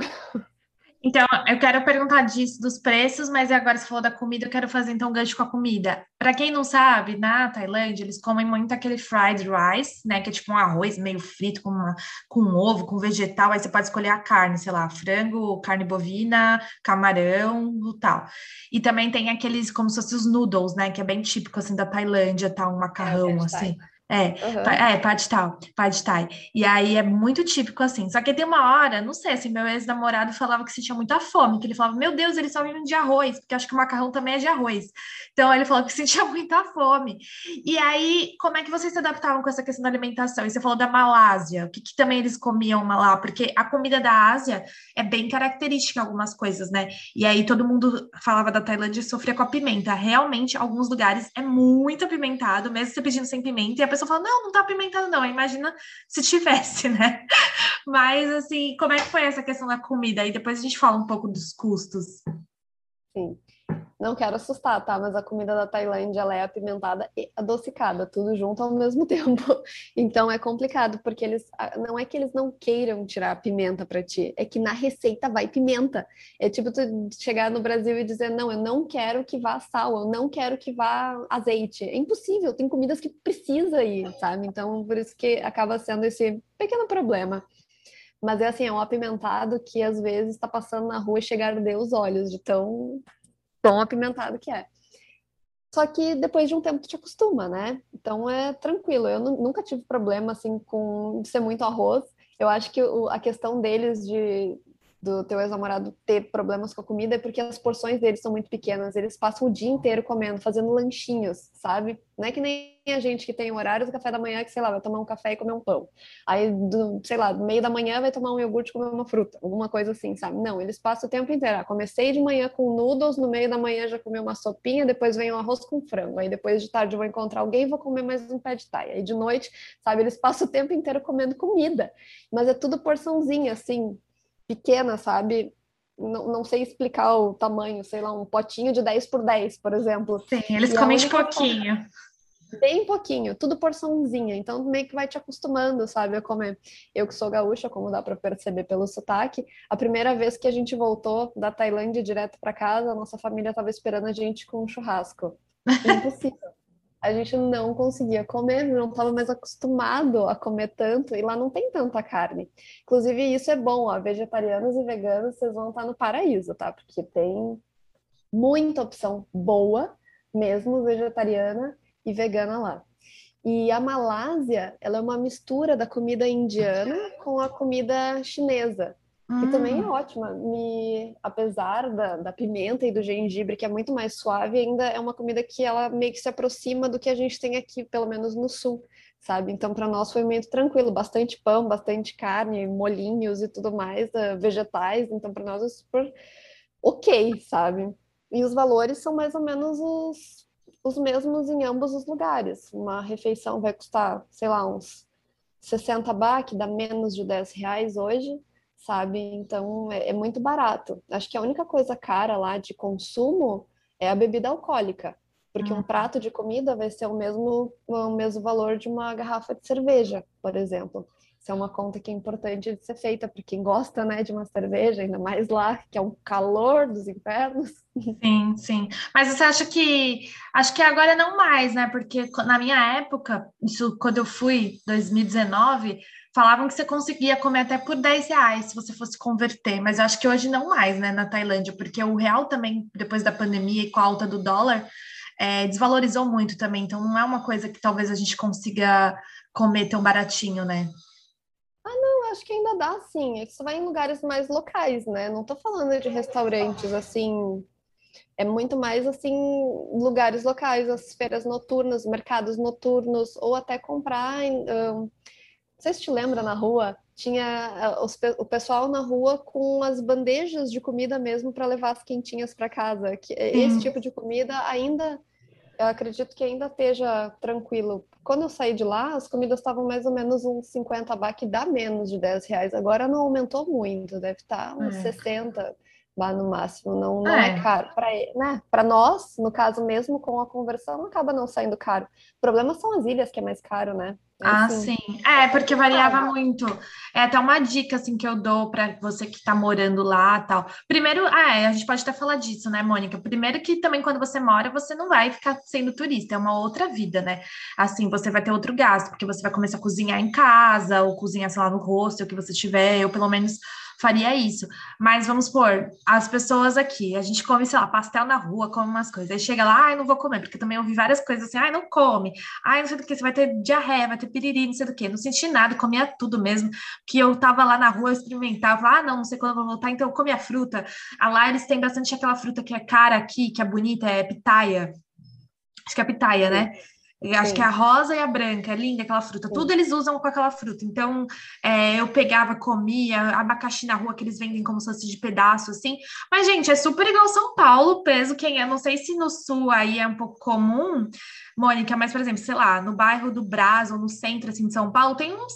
Então, eu quero perguntar disso, dos preços, mas agora você falou da comida, eu quero fazer então um gancho com a comida. Para quem não sabe, na Tailândia, eles comem muito aquele fried rice, né? Que é tipo um arroz meio frito com, uma, com um ovo, com vegetal. Aí você pode escolher a carne, sei lá, frango, carne bovina, camarão, tal. E também tem aqueles, como se fossem os noodles, né? Que é bem típico, assim, da Tailândia, tal, um É, o macarrão, pad assim. thai. É, pa- Uhum. é, pad thai, pad thai. E aí é muito típico assim. Só que tem uma hora, não sei, assim, meu ex-namorado falava que sentia muita fome, que ele falava, meu Deus, eles só vivem de arroz, porque acho que o macarrão também é de arroz. Então ele falou que sentia muita fome. E aí, como é que vocês se adaptavam com essa questão da alimentação? E você falou da Malásia, o que, que também eles comiam lá? Porque a comida da Ásia é bem característica em algumas coisas, né? E aí todo mundo falava da Tailândia e sofria com a pimenta. Realmente, alguns lugares é muito apimentado, mesmo você pedindo sem pimenta, e a pessoa fala, não, não tá apimentado, não. Aí imagina se tivesse, né? Mas, assim, como é que foi essa questão da comida? E depois a gente fala um pouco dos custos. Sim. Não quero assustar, tá? Mas a comida da Tailândia, ela é apimentada e adocicada, tudo junto ao mesmo tempo. Então é complicado, porque eles não é que eles não queiram tirar a pimenta para ti, é que na receita vai pimenta. É tipo tu chegar no Brasil e dizer, não, eu não quero que vá sal, eu não quero que vá azeite. É impossível, tem comidas que precisa ir, sabe? Então por isso que acaba sendo esse pequeno problema. Mas é assim, é um apimentado que às vezes está passando na rua e chega a arder os olhos de tão tão apimentado que é. Só que depois de um tempo tu te acostuma, né? Então é tranquilo. Eu nu- nunca tive problema assim com ser muito arroz. Eu acho que o- a questão deles de do teu ex-namorado ter problemas com a comida é porque as porções deles são muito pequenas. Eles passam o dia inteiro comendo, fazendo lanchinhos, sabe? Não é que nem a gente que tem horários do café da manhã que, sei lá, vai tomar um café e comer um pão. Aí, do, sei lá, no meio da manhã vai tomar um iogurte e comer uma fruta, alguma coisa assim, sabe? Não, eles passam o tempo inteiro. Ah, comecei de manhã com noodles, no meio da manhã já comi uma sopinha, depois vem um arroz com frango. Aí depois de tarde eu vou encontrar alguém e vou comer mais um pé de thai. Aí de noite, sabe, eles passam o tempo inteiro comendo comida. Mas é tudo porçãozinha, assim, pequena, sabe? Não, não sei explicar o tamanho, sei lá, um potinho de dez por dez, por exemplo. Sim, eles E a comem de única pouquinho. bem pouquinho, tudo porçãozinha, então meio que vai te acostumando, sabe, a comer. Eu que sou gaúcha, como dá para perceber pelo sotaque, a primeira vez que a gente voltou da Tailândia direto para casa, a nossa família estava esperando a gente com um churrasco. Impossível. A gente não conseguia comer, não estava mais acostumado a comer tanto, e lá não tem tanta carne. Inclusive, isso é bom, ó, vegetarianos e veganos, vocês vão estar no paraíso, tá? Porque tem muita opção boa, mesmo vegetariana e vegana lá. E a Malásia, ela é uma mistura da comida indiana com a comida chinesa, que também é Hum, ótima. Me, apesar da, da pimenta e do gengibre, que é muito mais suave, ainda é uma comida que ela meio que se aproxima do que a gente tem aqui, pelo menos no sul, sabe? Então, para nós foi muito tranquilo, bastante pão, bastante carne, molhinhos e tudo mais, uh, vegetais. Então, para nós é super ok, sabe? E os valores são mais ou menos os, os mesmos em ambos os lugares. Uma refeição vai custar, sei lá, uns sessenta baht, que dá menos de dez reais hoje, sabe? Então é, é muito barato. Acho que a única coisa cara lá de consumo é a bebida alcoólica, porque um hum. prato de comida vai ser o mesmo, o mesmo valor de uma garrafa de cerveja, por exemplo. Isso é uma conta que é importante de ser feita para quem gosta, né, de uma cerveja, ainda mais lá, que é um calor dos infernos. Sim, sim. Mas você acha que. Acho que agora não mais, né? Porque co- na minha época, isso quando eu fui, dois mil e dezenove, falavam que você conseguia comer até por dez reais se você fosse converter. Mas eu acho que hoje não mais, né, na Tailândia, porque o real também, depois da pandemia e com a alta do dólar, é, desvalorizou muito também. Então não é uma coisa que talvez a gente consiga comer tão baratinho, né? Eu acho que ainda dá, sim. É que você vai em lugares mais locais, né? Não tô falando de restaurantes, assim, é muito mais assim, lugares locais, as feiras noturnas, mercados noturnos, ou até comprar. Em, ahn, não sei se te lembra na rua, tinha ah, os pe- o pessoal na rua com as bandejas de comida mesmo para levar as quentinhas para casa. Que esse Sim. tipo de comida ainda, eu acredito que ainda esteja tranquilo. Quando eu saí de lá, as comidas estavam mais ou menos uns cinquenta baht, que dá menos de dez reais. Agora não aumentou muito, deve estar uns sessenta baht no máximo. Não, É. não é É. caro. Para né? Para nós, no caso mesmo, com a conversão, acaba não saindo caro. O problema são as ilhas, que é mais caro, né? Aí Ah, sim, sim. É, é porque variava complicado. muito. É até uma dica assim que eu dou para você que está morando lá, tal. Primeiro, ah, é, a gente pode até falar disso, né, Mônica? Primeiro que também quando você mora, você não vai ficar sendo turista, é uma outra vida, né? Assim, você vai ter outro gasto, porque você vai começar a cozinhar em casa ou cozinhar, sei lá, no hostel que você tiver. Eu pelo menos faria isso. Mas vamos supor, as pessoas aqui, a gente come, sei lá, pastel na rua, come umas coisas. Aí chega lá, ai, não vou comer, porque também eu ouvi várias coisas assim, ai, não come. Ai, não sei do que, você vai ter diarreia, vai ter piriri, não sei do que. Não senti nada, comia tudo mesmo. Que eu tava lá na rua, eu experimentava, ah, não, não sei quando eu vou voltar, então eu comia fruta. Ah, lá eles têm bastante aquela fruta que é cara aqui, que é bonita, é pitaia. Acho que é pitaia, Sim, né? Eu acho que é a sim, rosa e a branca, é linda aquela fruta. Tudo sim. eles usam com aquela fruta. Então, é, eu pegava, comia, abacaxi na rua que eles vendem como se fosse de pedaço, assim. Mas, gente, é super igual São Paulo, peso quem é. Não sei se no sul aí é um pouco comum, Mônica, mas, por exemplo, sei lá, no bairro do Brás ou no centro, assim, de São Paulo, tem uns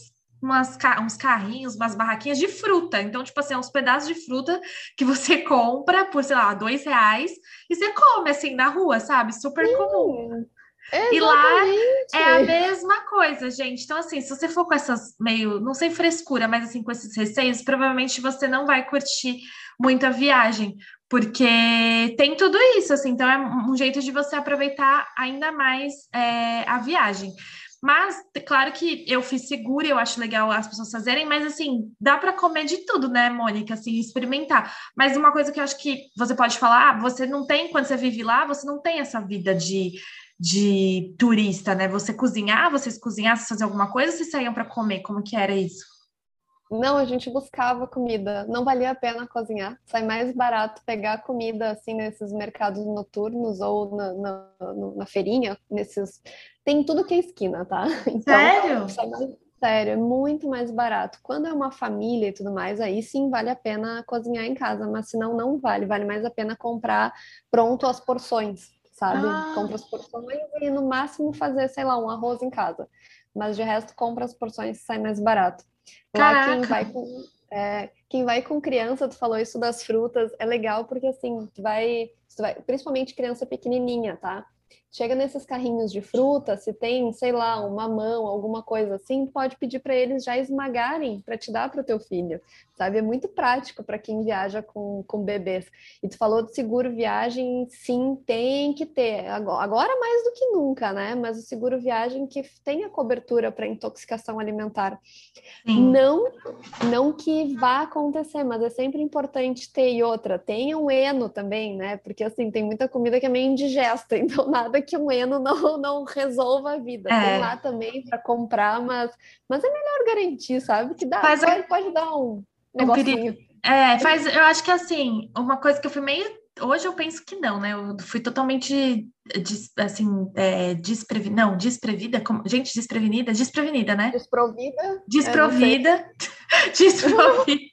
umas, ca- uns carrinhos, umas barraquinhas de fruta. Então, tipo assim, é uns pedaços de fruta que você compra por, sei lá, dois reais e você come, assim, na rua, sabe? Super comum. Sim, E lá é a exatamente. mesma coisa, gente. Então, assim, se você for com essas meio, não sei frescura, mas assim, com esses receios, provavelmente você não vai curtir muito a viagem, porque tem tudo isso, assim, então é um jeito de você aproveitar ainda mais é, a viagem. Mas, claro que eu fiz seguro e eu acho legal as pessoas fazerem, mas assim, dá para comer de tudo, né, Mônica? Assim, experimentar. Mas uma coisa que eu acho que você pode falar, ah, você não tem, quando você vive lá, você não tem essa vida de de turista, né? Você cozinhar, vocês cozinhar, vocês faziam alguma coisa, ou vocês saíam para comer? Como que era isso? Não, a gente buscava comida, não valia a pena cozinhar. Sai mais barato pegar comida assim nesses mercados noturnos ou na, na, no- na feirinha, nesses. Tem tudo que é esquina, tá? Então, Sério? sai mais sério, é muito mais barato. Quando é uma família e tudo mais, aí sim vale a pena cozinhar em casa, mas senão não vale. Vale mais a pena comprar pronto as porções, sabe? Ah, Compra as porções e no máximo fazer, sei lá, um arroz em casa. Mas de resto, compra as porções e sai mais barato. Lá quem caraca. vai com, é, quem vai com criança, tu falou isso das frutas, é legal porque assim, tu vai, tu vai, principalmente criança pequenininha, tá? Chega nesses carrinhos de fruta, se tem, sei lá, um mamão, alguma coisa assim, pode pedir para eles já esmagarem para te dar para o teu filho, sabe? É muito prático para quem viaja com, com bebês. E tu falou de seguro viagem, sim, tem que ter. Agora agora mais do que nunca, né? Mas o seguro viagem que tenha cobertura para intoxicação alimentar. Sim. Não, não que vá acontecer, mas é sempre importante ter. E outra, tenha um Eno também, né? Porque assim, tem muita comida que é meio indigesta, então nada que um Eno não, não resolva a vida. Tem É, lá também para comprar, mas, mas é melhor garantir, sabe? Que dá, faz pode, pode dar um um perigo. negocinho. É, faz, eu acho que assim, uma coisa que eu fui meio. Hoje eu penso que não, né? Eu fui totalmente des- assim, é, desprevi, não, desprevida, como, gente, desprevenida, desprevenida, né? Desprovida? É, não sei. Desprovida, desprovida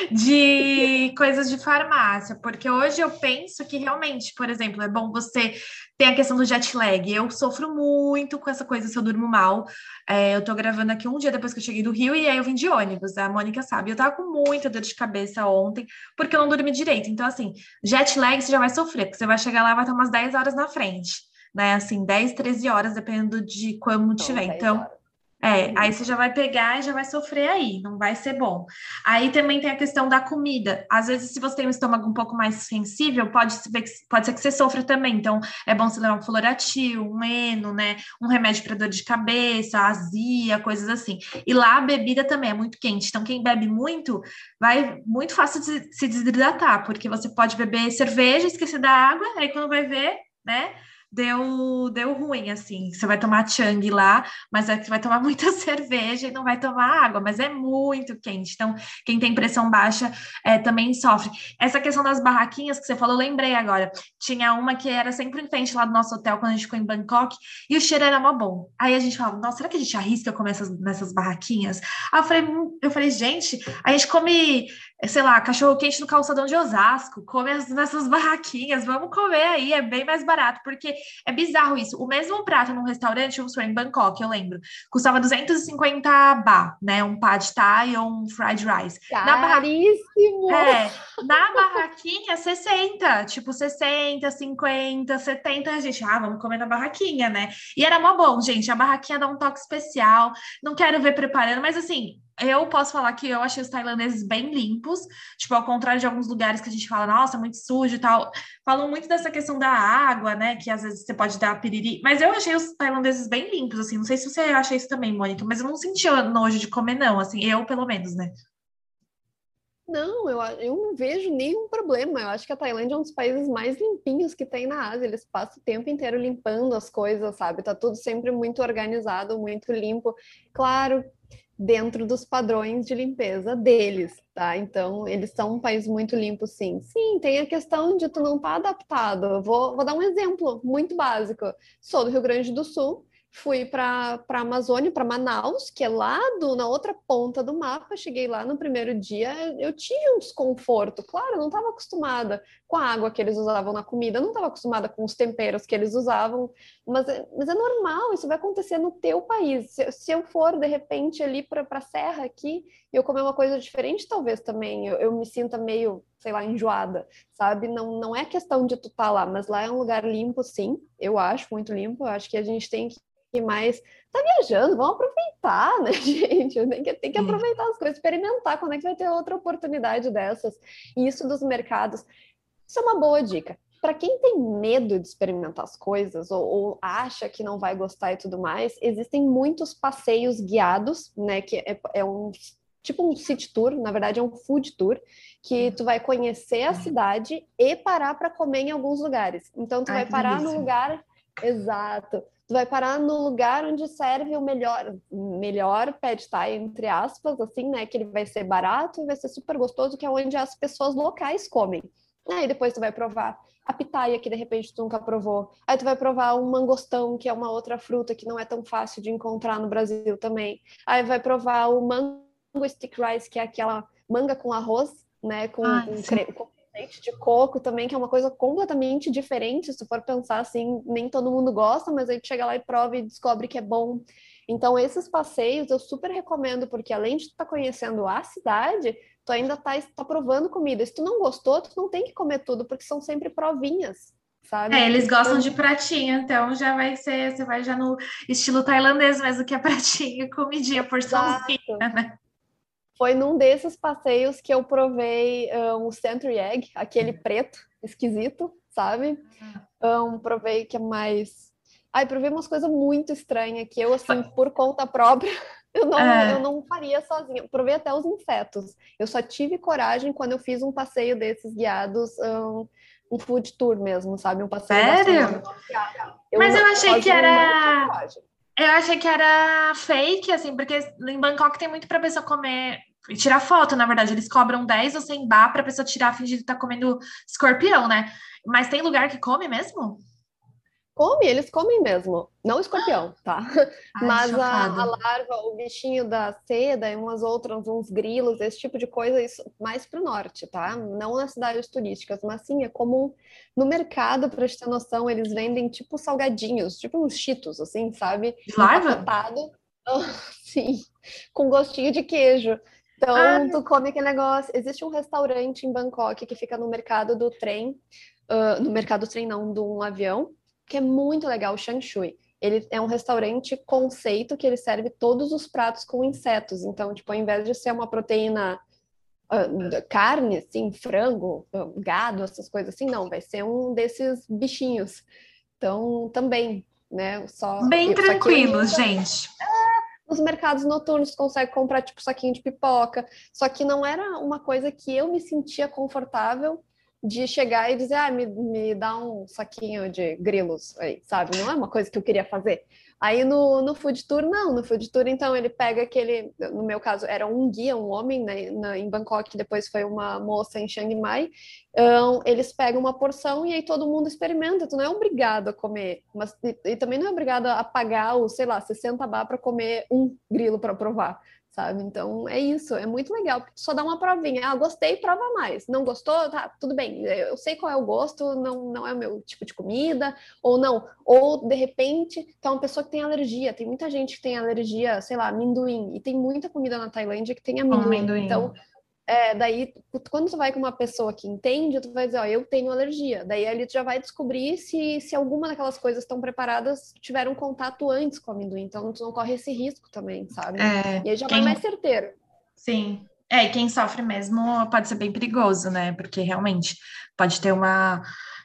de coisas de farmácia, porque hoje eu penso que realmente, por exemplo, é bom você ter a questão do jet lag. Eu sofro muito com essa coisa se eu durmo mal. É, eu tô gravando aqui um dia depois que eu cheguei do Rio e aí eu vim de ônibus, a Mônica sabe. Eu tava com muita dor de cabeça ontem, porque eu não dormi direito. Então, assim, jet lag você já vai sofrer, porque você vai chegar lá e vai estar umas dez horas na frente, né? Assim, dez, treze horas, dependendo de como Não, tiver. dez Então, horas. é, aí Uhum. você já vai pegar e já vai sofrer aí, não vai ser bom. Aí também tem a questão da comida. Às vezes, se você tem um estômago um pouco mais sensível, pode ser, que- pode ser que você sofra também. Então, é bom você levar um Floratil, um Eno, né? Um remédio para dor de cabeça, azia, coisas assim. E lá a bebida também é muito quente. Então, quem bebe muito, vai muito fácil de se desidratar, porque você pode beber cerveja, esquecer da água, aí quando vai ver, né? Deu, deu ruim, assim. Você vai tomar Chang lá, mas é que você vai tomar muita cerveja e não vai tomar água, mas é muito quente. Então, quem tem pressão baixa é, também sofre. Essa questão das barraquinhas que você falou, eu lembrei agora. Tinha uma que era sempre em frente lá do nosso hotel quando a gente ficou em Bangkok e o cheiro era mó bom. Aí a gente falava, nossa, será que a gente arrisca comer essas, nessas barraquinhas? Aí eu falei, hum, eu falei, gente, a gente come, sei lá, cachorro quente no calçadão de Osasco, come as- nessas barraquinhas, vamos comer aí, é bem mais barato, porque é bizarro isso. O mesmo prato num restaurante, vamos supor, em Bangkok, eu lembro, custava duzentos e cinquenta baht, né? Um pad thai ou um fried rice. Na barra... Caríssimo! É, na barraquinha, sessenta, tipo sessenta, cinquenta, setenta, a gente, ah, vamos comer na barraquinha, né? E era mó bom, gente, a barraquinha dá um toque especial, não quero ver preparando, mas assim, eu posso falar que eu achei os tailandeses bem limpos, tipo, ao contrário de alguns lugares que a gente fala, nossa, muito sujo e tal, falam muito dessa questão da água, né, que às vezes você pode dar piriri, mas eu achei os tailandeses bem limpos, assim, não sei se você acha isso também, Mônica, mas eu não sentia nojo de comer, não, assim, eu pelo menos, né? Não, eu, a- eu não vejo nenhum problema. Eu acho que a Tailândia é um dos países mais limpinhos que tem na Ásia. Eles passam o tempo inteiro limpando as coisas, sabe? Tá tudo sempre muito organizado, muito limpo. Claro, dentro dos padrões de limpeza deles, tá? Então, eles são um país muito limpo, sim. Sim, tem a questão de tu não estar adaptado. Eu vou, vou dar um exemplo muito básico. Sou do Rio Grande do Sul. fui para para Amazônia, para Manaus, que é lá do, na outra ponta do mapa. Cheguei lá no primeiro dia, eu tive um desconforto. Claro, eu não estava acostumada com a água que eles usavam na comida, eu não estava acostumada com os temperos que eles usavam, mas, é- mas é normal, isso vai acontecer no teu país. Se, se eu for, de repente, ali para a serra aqui, e eu comer uma coisa diferente, talvez também eu, eu me sinta meio, sei lá, enjoada, sabe? Não, não é questão de tu estar lá, mas lá é um lugar limpo, sim, eu acho muito limpo. Eu acho que a gente tem que mais tá viajando, vamos aproveitar, né, gente? Tem que, tem que Sim. aproveitar as coisas, experimentar, quando é que vai ter outra oportunidade dessas? E isso dos mercados, isso é uma boa dica. Para quem tem medo de experimentar as coisas ou, ou acha que não vai gostar e tudo mais, existem muitos passeios guiados, né, que é, é um tipo um city tour, na verdade é um food tour, que tu vai conhecer a cidade e parar para comer em alguns lugares. Então tu Ai, vai que parar no delícia. lugar exato. Tu vai parar no lugar onde serve o melhor, melhor pad thai, entre aspas, assim, né? Que ele vai ser barato e vai ser super gostoso, que é onde as pessoas locais comem. Aí depois tu vai provar a pitaia, que de repente tu nunca provou. Aí tu vai provar um mangostão, que é uma outra fruta que não é tão fácil de encontrar no Brasil também. Aí vai provar o mango stick rice, que é aquela manga com arroz, né? Com, Ai, com, sim. cre... com leite de coco também, que é uma coisa completamente diferente. Se tu for pensar assim, nem todo mundo gosta, mas aí tu chega lá e prova e descobre que é bom. Então, esses passeios eu super recomendo, porque além de tu estar conhecendo a cidade, tu ainda tá, tá provando comida. Se tu não gostou, tu não tem que comer tudo, porque são sempre provinhas, É, sabe? eles Então, gostam de pratinho, então já vai ser, você vai já no estilo tailandês mesmo, que é pratinho, comidinha, porçãozinha, exato. né? Foi num desses passeios que eu provei um, um century egg, aquele preto, esquisito, sabe? Um, provei que é mais. Ai, provei umas coisas muito estranhas que eu, assim, por conta própria, eu não, eu É, não faria sozinha. Provei até os insetos. Eu só tive coragem quando eu fiz um passeio desses guiados, um, um food tour mesmo, sabe? Um passeio sério? gastronômico. Eu Mas eu não, achei que sozinha não tinha era. coragem. Eu achei que era fake, assim, porque em Bangkok tem muito pra pessoa comer e tirar foto, na verdade. Eles cobram dez ou cem baht pra pessoa tirar fingindo que tá comendo escorpião, né? Mas tem lugar que come mesmo? Come, eles comem mesmo. Não escorpião, tá? Ai, Mas a, chocada. a larva, o bichinho da seda e umas outras, uns grilos, esse tipo de coisa, isso mais para o norte, tá? Não nas cidades turísticas, mas sim, é comum no mercado, para te ter noção, eles vendem tipo salgadinhos, tipo uns Cheetos, assim, sabe? De larva? Empacotado, sim, com gostinho de queijo. Então, Ah, tu come aquele negócio. Existe um restaurante em Bangkok que fica no mercado do trem, uh, no mercado do trem, não, de um avião, que é muito legal, o Changshui. Ele é um restaurante conceito que ele serve todos os pratos com insetos. Então, tipo, ao invés de ser uma proteína uh, carne, assim, frango, uh, gado, essas coisas assim, não, vai ser um desses bichinhos. Então, também, né? Só, bem eu, só que eu tranquilo, indico gente. nos mercados noturnos, consegue comprar tipo saquinho de pipoca. Só que não era uma coisa que eu me sentia confortável de chegar e dizer, ah, me, me dá um saquinho de grilos aí, sabe? Não é uma coisa que eu queria fazer. Aí no, no food tour, não. No food tour, então, ele pega aquele. No meu caso, era um guia, um homem, né, na, em Bangkok, depois foi uma moça em Chiang Mai. Então, eles pegam uma porção e aí todo mundo experimenta. Tu não é obrigado a comer, mas e, e também não é obrigado a pagar os, sei lá, sessenta baht para comer um grilo para provar, sabe? Então é isso, é muito legal, porque tu só dá uma provinha. Ah, gostei, prova mais. Não gostou? Tá, tudo bem. Eu sei qual é o gosto, não, não é o meu tipo de comida, ou não. Ou de repente, tu é uma pessoa que tem alergia. Tem muita gente que tem alergia, sei lá, amendoim. E tem muita comida na Tailândia que tem Com amendoim. amendoim. Então, é, daí, quando tu vai com uma pessoa que entende, tu vai dizer, ó, eu tenho alergia. Daí ali tu já vai descobrir se, se alguma daquelas coisas estão preparadas, tiveram contato antes com o amendoim. Então, tu não corre esse risco também, sabe? É, E aí já vai quem, mais certeiro. sim. É, e quem sofre mesmo pode ser bem perigoso, né? Porque realmente pode ter uma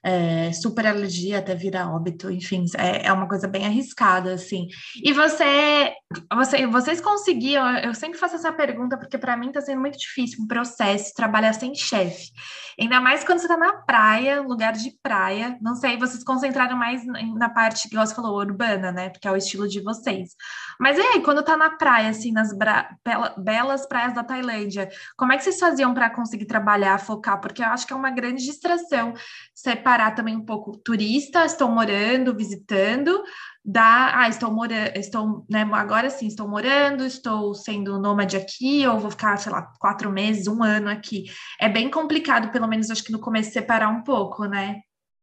é, super alergia até virar óbito, enfim, é, é uma coisa bem arriscada, assim. E você, você, vocês conseguiam? Eu sempre faço essa pergunta porque para mim está sendo muito difícil um processo trabalhar sem chefe. Ainda mais quando você está na praia, lugar de praia. Não sei, vocês concentraram mais na parte que você falou, urbana, né? Porque é o estilo de vocês. Mas e aí, quando tá na praia, assim, nas bra- bela- belas praias da Tailândia, como é que vocês faziam para conseguir trabalhar, focar? Porque eu acho que é uma grande distração separar também um pouco turista, estou morando, visitando, da, ah, estou morando, estou, né, agora sim, estou morando, estou sendo nômade aqui, ou vou ficar, sei lá, quatro meses, um ano aqui. É bem complicado, pelo menos acho que no começo, separar um pouco, né?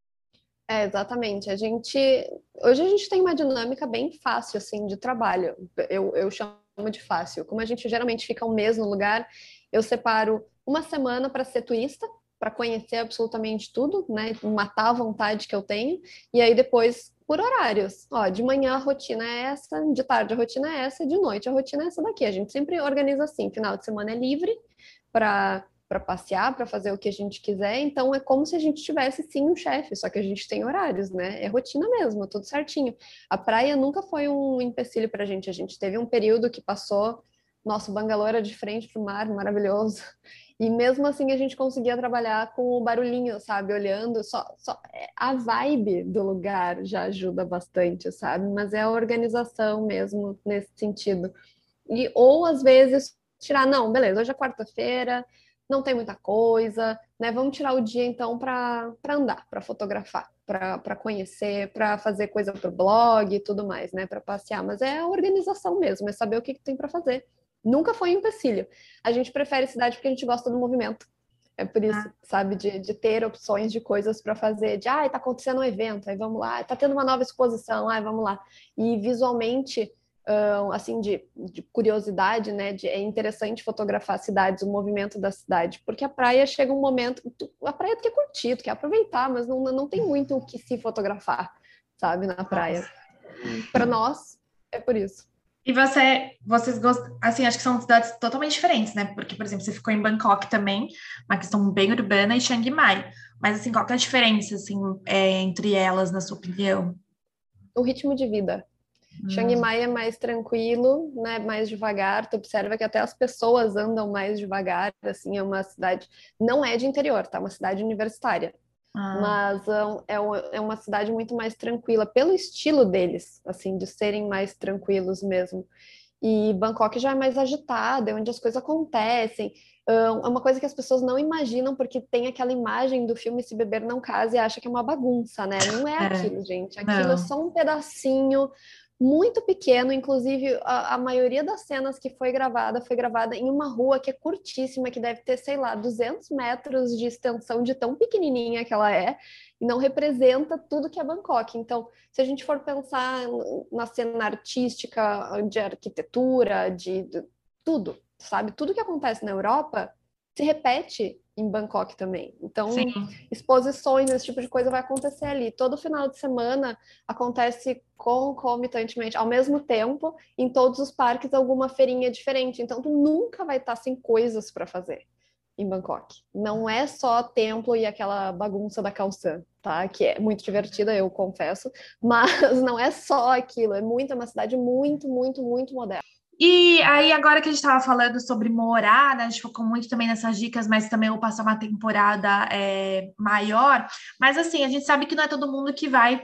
É, exatamente. A gente hoje a gente tem uma dinâmica bem fácil assim de trabalho. Eu, eu chamo de fácil. Como a gente geralmente fica um mês no lugar, eu separo uma semana para ser turista, para conhecer absolutamente tudo, né? Matar a vontade que eu tenho, e aí depois por horários. Ó, de manhã a rotina é essa, de tarde a rotina é essa, de noite a rotina é essa daqui. A gente sempre organiza assim, final de semana é livre para para passear, para fazer o que a gente quiser. Então é como se a gente tivesse sim um chefe, só que a gente tem horários, né? É rotina mesmo, tudo certinho. A praia nunca foi um empecilho para a gente. A gente teve um período que passou, nosso bangalô era de frente para o mar, maravilhoso. E mesmo assim a gente conseguia trabalhar com o barulhinho, sabe? Olhando, só, só a vibe do lugar já ajuda bastante, sabe? Mas é a organização mesmo nesse sentido. E, ou às vezes tirar, não, beleza, hoje é quarta-feira, não tem muita coisa, né? Vamos tirar o dia então para para andar, para fotografar, para para conhecer, para fazer coisa para o blog e tudo mais, né? Para passear. Mas é a organização mesmo, é saber o que, que tem para fazer. Nunca foi um empecilho. A gente prefere cidade porque a gente gosta do movimento. É por isso, sabe, de, de ter opções de coisas para fazer, de, ah, tá acontecendo um evento, aí vamos lá, tá tendo uma nova exposição, aí vamos lá. E visualmente, uh, assim, de, de curiosidade, né, de, é interessante fotografar cidades, o movimento da cidade, porque a praia chega um momento, tu, a praia tu quer curtir, tu quer aproveitar, mas não, não tem muito o que se fotografar, sabe, na praia. Para nós, é por isso. E você, vocês gostam, assim, acho que são cidades totalmente diferentes, né? Porque, por exemplo, você ficou em Bangkok também, uma questão bem urbana, e Chiang Mai. Mas, assim, qual que é a diferença, assim, é, entre elas, na sua opinião? O ritmo de vida. Chiang Hum, Mai é mais tranquilo, né, mais devagar. Tu observa que até as pessoas andam mais devagar. Assim, é uma cidade, não é de interior, tá? É uma cidade universitária, ah, mas um, é, um- é uma cidade muito mais tranquila pelo estilo deles, assim, de serem mais tranquilos mesmo. E Bangkok já é mais agitada, é onde as coisas acontecem. Ahn, É uma coisa que as pessoas não imaginam, porque tem aquela imagem do filme Se Beber Não Case e acha que é uma bagunça, né? Não é é, aquilo, gente. Aquilo é não. só um pedacinho muito pequeno. Inclusive, a, a maioria das cenas que foi gravada foi gravada em uma rua que é curtíssima, que deve ter, sei lá, duzentos metros de extensão, de tão pequenininha que ela é, e não representa tudo que é Bangkok. Então, se a gente for pensar na cena artística, de arquitetura, de, de tudo, sabe? Tudo que acontece na Europa se repete em Bangkok também. Então, Sim. exposições, esse tipo de coisa vai acontecer ali. Todo final de semana acontece concomitantemente, ao mesmo tempo, em todos os parques, alguma feirinha diferente. Então, tu nunca vai estar sem coisas para fazer em Bangkok. Não é só templo e aquela bagunça da calçã, tá? Que é muito divertida, eu confesso, mas não é só aquilo, é muito, é uma cidade muito, muito, muito moderna. E aí, agora que a gente estava falando sobre morar, né? A gente focou muito também nessas dicas, mas também vou passar uma temporada é, maior. Mas assim, a gente sabe que não é todo mundo que vai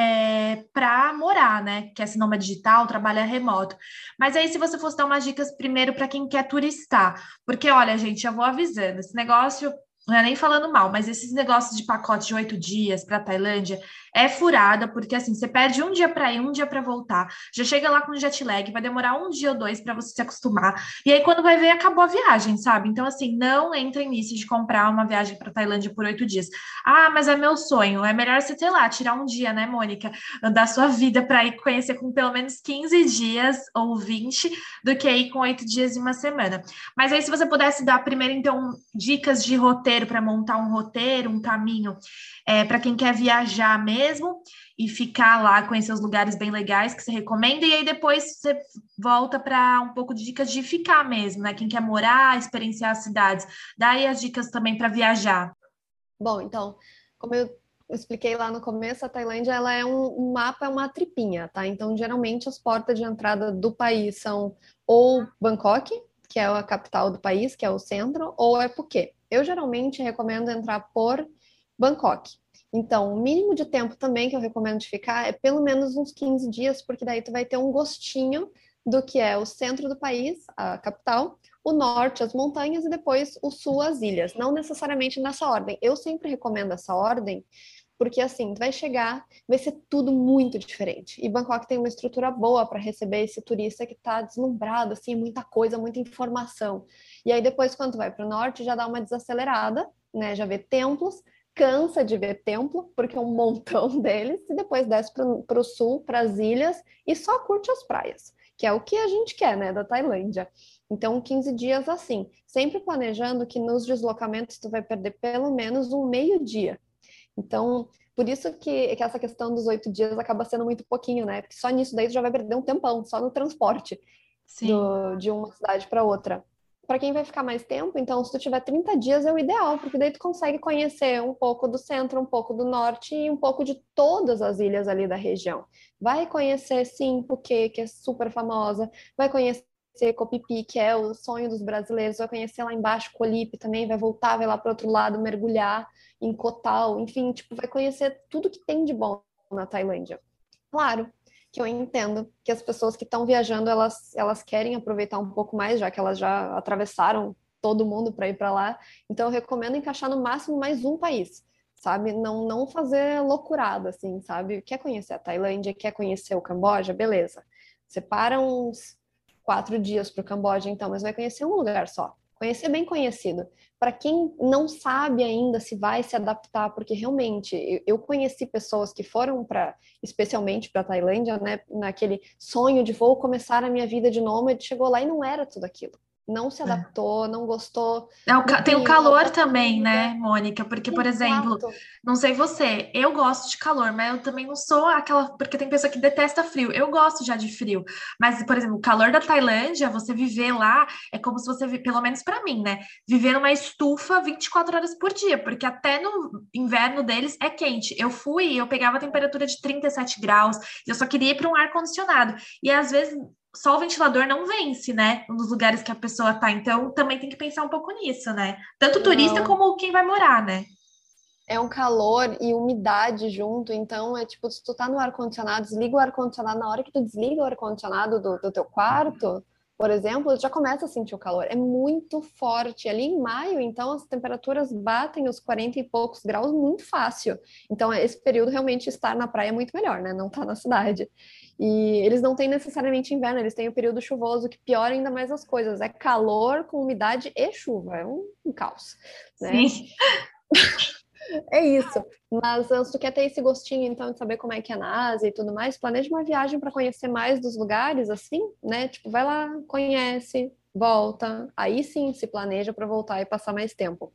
é, para morar, né? Quer ser nômade digital, trabalha remoto. Mas aí, se você fosse dar umas dicas primeiro para quem quer turistar, porque olha, gente, já vou avisando, esse negócio. Não é nem falando mal, mas esses negócios de pacote de oito dias para Tailândia é furada, porque assim, você perde um dia para ir, um dia para voltar. Já chega lá com jet lag, vai demorar um dia ou dois para você se acostumar. E aí, quando vai ver, acabou a viagem, sabe? Então, assim, não entrem nisso de comprar uma viagem para Tailândia por oito dias. Ah, mas é meu sonho. É melhor você ter lá, tirar um dia, né, Mônica? Da sua vida para ir conhecer com pelo menos quinze dias ou vinte, do que ir com oito dias e uma semana. Mas aí, se você pudesse dar primeiro, então, dicas de roteiro para montar um roteiro, um caminho é, para quem quer viajar mesmo e ficar lá, conhecer os lugares bem legais que você recomenda, e aí depois você volta para um pouco de dicas de ficar mesmo, né? Quem quer morar, experienciar as cidades. Daí as dicas também para viajar. Bom, então, como eu expliquei lá no começo, a Tailândia ela é um, um mapa, é uma tripinha, tá? Então, geralmente as portas de entrada do país são ou Bangkok, que é a capital do país, que é o centro, ou é Phuket. Eu geralmente recomendo entrar por Bangkok. Então, o mínimo de tempo também que eu recomendo de ficar é pelo menos uns quinze dias, porque daí tu vai ter um gostinho do que é o centro do país, a capital, o norte, as montanhas, e depois o sul, as ilhas. Não necessariamente nessa ordem. Eu sempre recomendo essa ordem, Porque assim, tu vai chegar, vai ser tudo muito diferente. E Bangkok tem uma estrutura boa para receber esse turista que está deslumbrado, assim, muita coisa, muita informação. E aí depois, quando tu vai para o norte, já dá uma desacelerada, né? Já vê templos, cansa de ver templo, porque é um montão deles, e depois desce para o sul, para as ilhas, e só curte as praias, que é o que a gente quer, né, da Tailândia. Então, quinze dias assim, sempre planejando que nos deslocamentos tu vai perder pelo menos um meio dia. Então, por isso que, que essa questão dos oito dias acaba sendo muito pouquinho, né? Porque só nisso daí tu já vai perder um tempão, só no transporte Sim. do, de uma cidade para outra. Para quem vai ficar mais tempo, então, se tu tiver trinta dias é o ideal, porque daí tu consegue conhecer um pouco do centro, um pouco do norte e um pouco de todas as ilhas ali da região. Vai conhecer sim, Phuket, que é super famosa, vai conhecer Koh Phi Phi, que é o sonho dos brasileiros, vai conhecer lá embaixo Koh Lipe também, vai voltar, vai lá para outro lado, mergulhar em Koh Tao, enfim, tipo, vai conhecer tudo que tem de bom na Tailândia. Claro que eu entendo que as pessoas que estão viajando, elas, elas querem aproveitar um pouco mais, já que elas já atravessaram todo mundo para ir para lá. Então, eu recomendo encaixar no máximo mais um país, sabe? Não, não fazer loucurada, assim, sabe? Quer conhecer a Tailândia, quer conhecer o Camboja? Beleza. Separa uns quatro dias para o Camboja, então, mas vai conhecer um lugar só. Conhecer bem conhecido. Para quem não sabe ainda se vai se adaptar, porque realmente eu conheci pessoas que foram para, especialmente para a Tailândia, né, naquele sonho de vou começar a minha vida de nômade, chegou lá e não era tudo aquilo. Não se É. adaptou, não gostou É o do ca- tem o clima, calor da também, comida. né, Mônica? Porque, por exemplo, Exato. não sei você, eu gosto de calor, mas eu também não sou aquela. Porque tem pessoa que detesta frio. Eu gosto já de frio. Mas, por exemplo, o calor da Tailândia, você viver lá, é como se você, vi- pelo menos pra mim, né? Viver numa estufa vinte e quatro horas por dia, porque até no inverno deles é quente. Eu fui e eu pegava a temperatura de trinta e sete graus, e eu só queria ir para um ar-condicionado. E às vezes só o ventilador não vence, né? Nos lugares que a pessoa tá. Então, também tem que pensar um pouco nisso, né? Tanto o turista Não, como quem vai morar, né? é um calor e umidade junto, então é tipo, se tu tá no ar-condicionado, desliga o ar-condicionado, na hora que tu desliga o ar-condicionado do, do teu quarto, por exemplo, tu já começa a sentir o calor. É muito forte. Ali em maio, então, as temperaturas batem os quarenta e poucos graus muito fácil. Então, esse período realmente estar na praia é muito melhor, né? Não tá na cidade. E eles não têm necessariamente inverno, eles têm o período chuvoso, que piora ainda mais as coisas. É calor com umidade e chuva. É um, um caos, né? Sim. É isso. Mas se tu quer ter esse gostinho, então, de saber como é que é na Ásia e tudo mais, planeja uma viagem para conhecer mais dos lugares, assim, né? Tipo, vai lá, conhece, volta. Aí sim se planeja para voltar e passar mais tempo.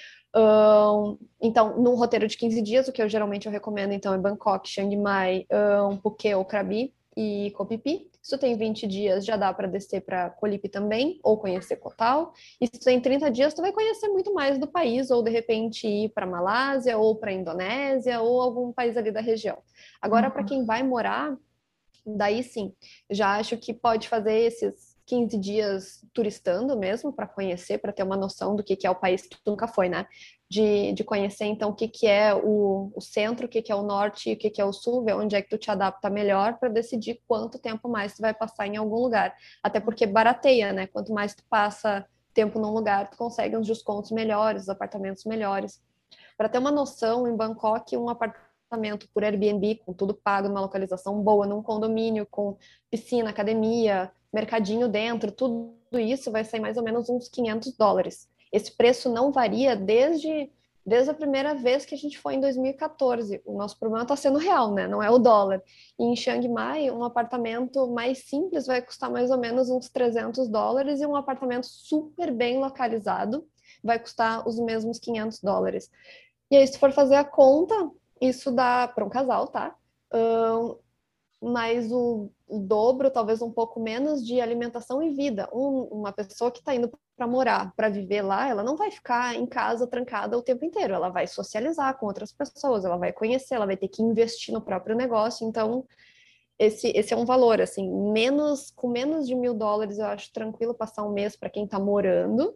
Um, então, num roteiro de quinze dias, o que eu geralmente eu recomendo, então, é Bangkok, Chiang Mai, um, Phuket ou Krabi e Koh Phi Phi. Se tu tem vinte dias, já dá para descer para Koh Lipe também, ou conhecer Koh Tao. E se tu tem trinta dias, tu vai conhecer muito mais do país, ou de repente ir para Malásia, ou para Indonésia, ou algum país ali da região. Agora, para quem vai morar, daí sim, já acho que pode fazer esses quinze dias turistando mesmo, para conhecer, para ter uma noção do que, que é o país que tu nunca foi, né? De, de conhecer, então, o que, que é o, o centro, o que, que é o norte, o que, que é o sul, ver onde é que tu te adapta melhor para decidir quanto tempo mais tu vai passar em algum lugar. Até porque barateia, né? Quanto mais tu passa tempo num lugar, tu consegue uns descontos melhores, apartamentos melhores. Para ter uma noção, em Bangkok, um apartamento por Airbnb, com tudo pago, numa localização boa, num condomínio, com piscina, academia, mercadinho dentro, tudo isso vai sair mais ou menos uns quinhentos dólares. Esse preço não varia desde, desde a primeira vez que a gente foi em dois mil e quatorze. O nosso problema está sendo real, né? Não é o dólar. E em Chiang Mai, um apartamento mais simples vai custar mais ou menos uns trezentos dólares e um apartamento super bem localizado vai custar os mesmos quinhentos dólares. E aí, se for fazer a conta, isso dá para um casal, tá? Um, mais o, o dobro, talvez um pouco menos de alimentação e vida. Um, uma pessoa que está indo para morar, para viver lá, ela não vai ficar em casa trancada o tempo inteiro. Ela vai socializar com outras pessoas, ela vai conhecer, ela vai ter que investir no próprio negócio. Então, esse, esse é um valor, assim, menos com menos de mil dólares, eu acho tranquilo passar um mês para quem está morando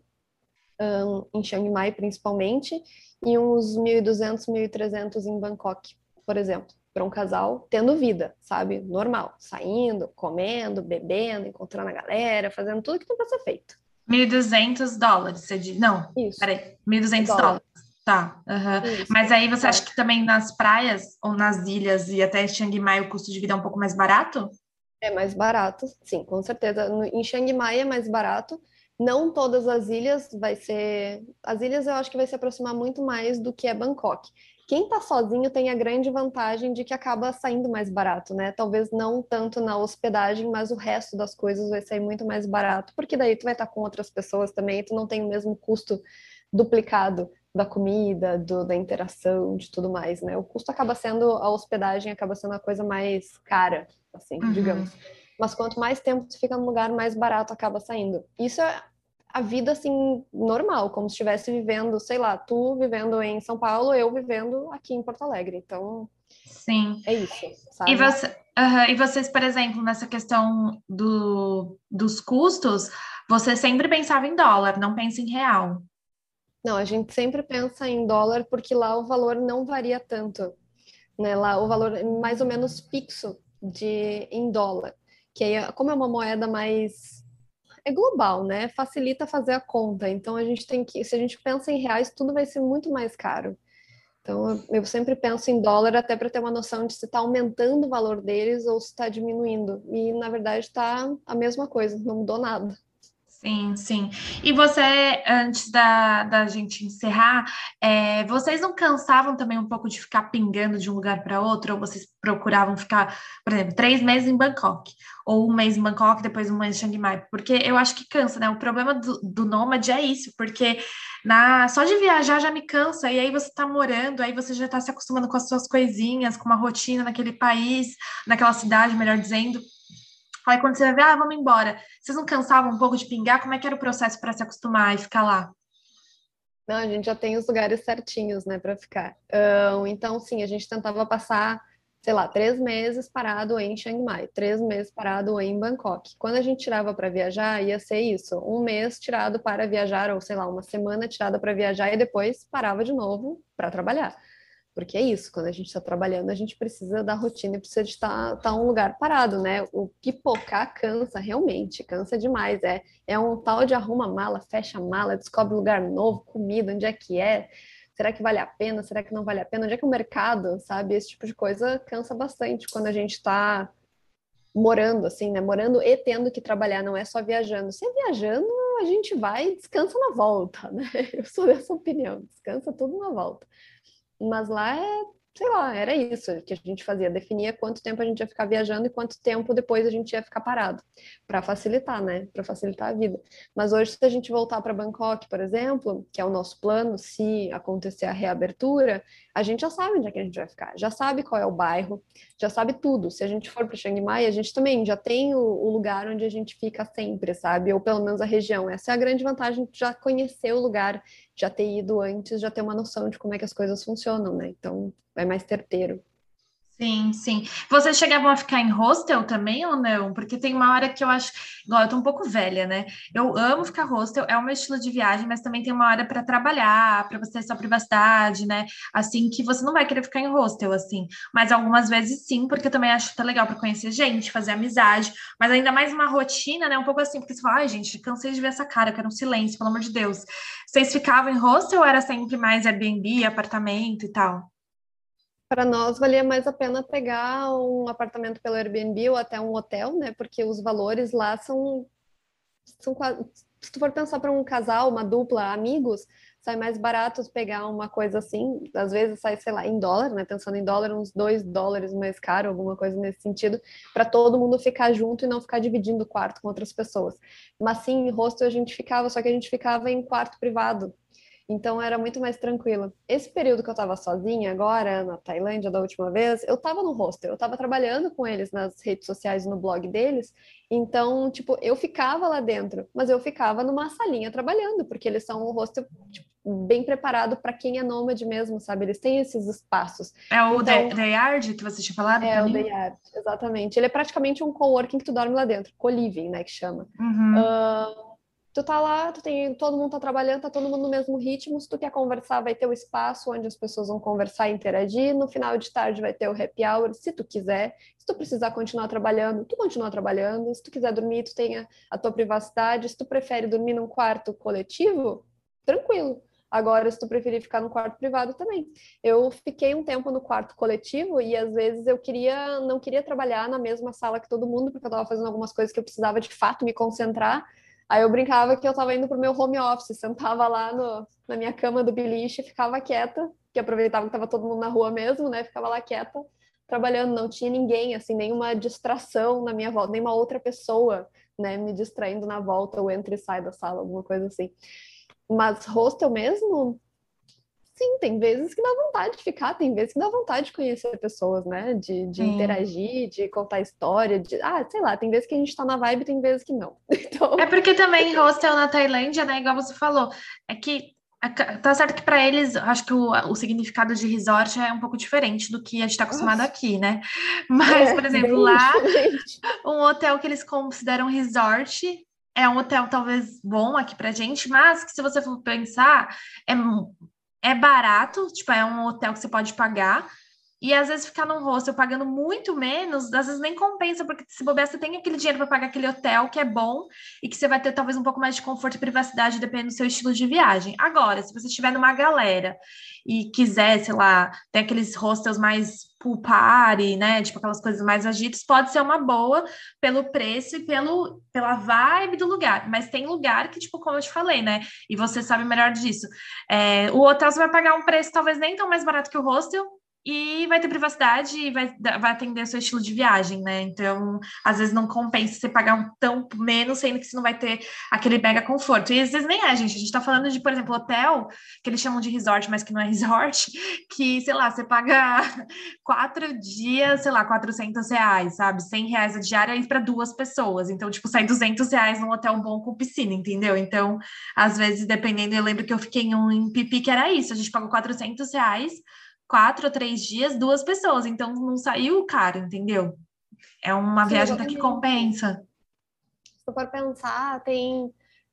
um, em Chiang Mai, principalmente, e uns mil e duzentos, mil e trezentos em Bangkok, por exemplo, para um casal tendo vida, sabe? Normal, saindo, comendo, bebendo, encontrando a galera, fazendo tudo que tem para ser feito. mil e duzentos dólares, você diz. Não, Isso, peraí. mil e duzentos dólar. dólares. Tá, aham. Isso, Mas aí você acha é. que também nas praias ou nas ilhas e até Chiang Mai o custo de vida é um pouco mais barato? É mais barato, sim, com certeza. No- Em Chiang Mai é mais barato. Não todas as ilhas vai ser. As ilhas eu acho que vai se aproximar muito mais do que é Bangkok. Quem tá sozinho tem a grande vantagem de que acaba saindo mais barato, né? Talvez não tanto na hospedagem, mas o resto das coisas vai sair muito mais barato, porque daí tu vai estar com outras pessoas também, e tu não tem o mesmo custo duplicado da comida, do- da interação, de tudo mais, né? O custo acaba sendo, a hospedagem acaba sendo a coisa mais cara, assim, Uhum. digamos. Mas quanto mais tempo tu fica no lugar, mais barato acaba saindo. Isso é a vida, assim, normal, como se estivesse vivendo, sei lá, tu vivendo em São Paulo, eu vivendo aqui em Porto Alegre. Então, Sim. é isso, E, sabe? você, aham, e vocês, por exemplo, nessa questão do, dos custos, você sempre pensava em dólar, não pensa em real. Não, a gente sempre pensa em dólar porque lá o valor não varia tanto, né? Lá o valor é mais ou menos fixo de em dólar, que aí, como é uma moeda mais é global, né? Facilita fazer a conta. Então a gente tem que, se a gente pensa em reais, tudo vai ser muito mais caro. Então eu eu sempre penso em dólar até para ter uma noção de se está aumentando o valor deles ou se está diminuindo. E na verdade está a mesma coisa, não mudou nada. Sim, sim. E você, antes da, da gente encerrar, é, vocês não cansavam também um pouco de ficar pingando de um lugar para outro? Ou vocês procuravam ficar, por exemplo, três meses em Bangkok? Ou um mês em Bangkok, depois um mês em Chiang Mai? Porque eu acho que cansa, né? O problema do, do nômade é isso, porque na, só de viajar já me cansa, e aí você tá morando, aí você já tá se acostumando com as suas coisinhas, com uma rotina naquele país, naquela cidade, melhor dizendo. Aí quando você vai ver, ah, vamos embora. Vocês não cansavam um pouco de pingar? Como é que era o processo para se acostumar e ficar lá? Não, a gente já tem os lugares certinhos, né, para ficar. Ahn, então, sim, a gente tentava passar, sei lá, três meses parado em Chiang Mai, três meses parado em Bangkok. Quando a gente tirava para viajar, ia ser isso, um mês tirado para viajar, ou sei lá, uma semana tirada para viajar e depois parava de novo para trabalhar. Porque é isso, quando a gente está trabalhando, a gente precisa da rotina e precisa de estar tá, tá um lugar parado, né? O pipocar cansa, realmente, cansa demais. É, é um tal de arruma mala, fecha mala, descobre lugar novo, comida, onde é que é? Será que vale a pena? Será que não vale a pena? Onde é que é o mercado, sabe? Esse tipo de coisa cansa bastante quando a gente está morando, assim, né? Morando e tendo que trabalhar, não é só viajando. Se é viajando, a gente vai e descansa na volta, né? Eu sou dessa opinião, descansa tudo na volta. Mas lá é, sei lá, era isso que a gente fazia, definia quanto tempo a gente ia ficar viajando e quanto tempo depois a gente ia ficar parado, para facilitar, né? Para facilitar a vida. Mas hoje, se a gente voltar para Bangkok, por exemplo, que é o nosso plano, se acontecer a reabertura, a gente já sabe onde é que a gente vai ficar, já sabe qual é o bairro, já sabe tudo. Se a gente for para Chiang Mai, a gente também já tem o, o lugar onde a gente fica sempre, sabe? Ou pelo menos a região. Essa é a grande vantagem de já conhecer o lugar, já ter ido antes, já ter uma noção de como é que as coisas funcionam, né? Então, é mais certeiro. Sim, sim. Vocês chegavam a ficar em hostel também ou não? Porque tem uma hora que eu acho, igual eu tô um pouco velha, né? Eu amo ficar hostel, é o meu estilo de viagem, mas também tem uma hora para trabalhar, para você ter sua privacidade, né? Assim que você não vai querer ficar em hostel assim. Mas algumas vezes sim, porque eu também acho que tá legal para conhecer gente, fazer amizade, mas ainda mais uma rotina, né? Um pouco assim, porque você fala, ai, gente, cansei de ver essa cara, eu quero um silêncio, pelo amor de Deus. Vocês ficavam em hostel ou era sempre mais Airbnb, apartamento e tal? Para nós, valia mais a pena pegar um apartamento pelo Airbnb ou até um hotel, né? Porque os valores lá são, são quase. Se tu for pensar para um casal, uma dupla, amigos, sai mais barato pegar uma coisa assim. Às vezes sai, sei lá, em dólar, né? Pensando em dólar, uns dois dólares mais caro, alguma coisa nesse sentido, para todo mundo ficar junto e não ficar dividindo o quarto com outras pessoas. Mas sim, em hostel a gente ficava, só que a gente ficava em quarto privado. Então era muito mais tranquilo. Esse período que eu tava sozinha agora, na Tailândia, da última vez, eu tava no hostel, eu tava trabalhando com eles nas redes sociais e no blog deles. Então, tipo, eu ficava lá dentro, mas eu ficava numa salinha trabalhando, porque eles são um hostel, tipo, bem preparado para quem é nômade mesmo, sabe? Eles têm esses espaços. É o The, Então, The Yard que você tinha falado para é o mim? Day Art, exatamente. Ele é praticamente um coworking que tu dorme lá dentro, co-living, né, que chama. Uhum. Tu tá lá, tu tem, todo mundo tá trabalhando, tá todo mundo no mesmo ritmo. Se tu quer conversar, vai ter o espaço onde as pessoas vão conversar e interagir. No final de tarde vai ter o happy hour, se tu quiser. Se tu precisar continuar trabalhando, tu continua trabalhando. Se tu quiser dormir, tu tenha a tua privacidade. Se tu prefere dormir num quarto coletivo, tranquilo. Agora, se tu preferir ficar no quarto privado, também. Eu fiquei um tempo no quarto coletivo e às vezes eu queria, não queria trabalhar na mesma sala que todo mundo, porque eu estava fazendo algumas coisas que eu precisava de fato me concentrar. Aí eu brincava que eu estava indo pro meu home office, sentava lá no, na minha cama do beliche e ficava quieta, que aproveitava que estava todo mundo na rua mesmo, né? Ficava lá quieta, trabalhando, não tinha ninguém, assim, nenhuma distração na minha volta, nenhuma outra pessoa, né, me distraindo na volta, ou entra e sai da sala, alguma coisa assim. Mas hostel mesmo, sim, tem vezes que dá vontade de ficar, tem vezes que dá vontade de conhecer pessoas, né, de, de Sim. interagir, de contar história, de, ah, sei lá, tem vezes que a gente tá na vibe, tem vezes que não. É Então, porque também hostel na Tailândia, né? Igual você falou, é que a ca- tá certo que para eles, acho que o, o significado de resort é um pouco diferente do que a gente está acostumado nossa, aqui, né? Mas, por é exemplo, bem lá, diferente. um hotel que eles consideram resort é um hotel talvez bom aqui pra gente, mas que se você for pensar, é, mu- é barato, tipo, é um hotel que você pode pagar. E às vezes ficar num hostel pagando muito menos, às vezes nem compensa, porque se bobear, você tem aquele dinheiro para pagar aquele hotel que é bom e que você vai ter talvez um pouco mais de conforto e privacidade, dependendo do seu estilo de viagem. Agora, se você estiver numa galera e quiser, sei lá, ter aqueles hostels mais pool party, né? Tipo aquelas coisas mais agitas, pode ser uma boa pelo preço e pelo, pela vibe do lugar. Mas tem lugar que, tipo, como eu te falei, né? E você sabe melhor disso. É, o hotel você vai pagar um preço talvez nem tão mais barato que o hostel, e vai ter privacidade e vai, vai atender o seu estilo de viagem, né? Então, às vezes não compensa você pagar um tão menos, sendo que você não vai ter aquele mega conforto. E às vezes nem é, gente. A gente tá falando de, por exemplo, hotel, que eles chamam de resort, mas que não é resort, que, sei lá, você paga quatro dias, sei lá, quatrocentos reais, sabe? Cem reais a diária aí para duas pessoas. Então, tipo, sai duzentos reais num hotel bom com piscina, entendeu? Então, às vezes, dependendo, eu lembro que eu fiquei em um em Pipi que era isso, a gente pagou quatrocentos reais quatro ou três dias, duas pessoas. Então não saiu caro, entendeu? É uma Sim, viagem até que exatamente. compensa. Se tu for pensar, tem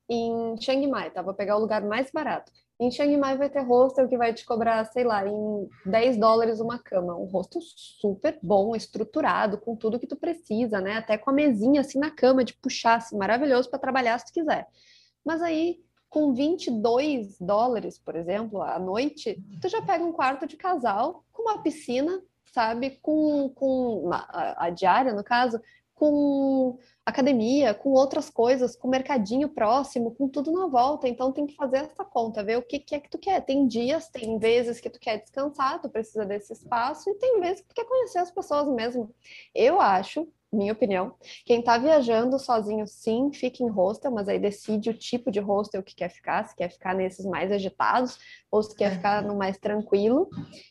em Chiang Mai, tá? Vou pegar o lugar mais barato. Em Chiang Mai vai ter hostel que vai te cobrar, sei lá, em dez dólares uma cama. Um hostel super bom, estruturado, com tudo que tu precisa, né? Até com a mesinha assim na cama de puxar, assim, maravilhoso para trabalhar se tu quiser. Mas aí, com vinte e dois dólares, por exemplo, à noite, tu já pega um quarto de casal com uma piscina, sabe? Com, com uma- a, a diária, no caso, com academia, com outras coisas, com mercadinho próximo, com tudo na volta. Então tem que fazer essa conta, ver o que, que é que tu quer. Tem dias, tem vezes que tu quer descansar, tu precisa desse espaço, e tem vezes que tu quer conhecer as pessoas mesmo. Eu acho, minha opinião, quem tá viajando sozinho, sim, fica em hostel, mas aí decide o tipo de hostel que quer ficar, se quer ficar nesses mais agitados ou se quer É. ficar no mais tranquilo.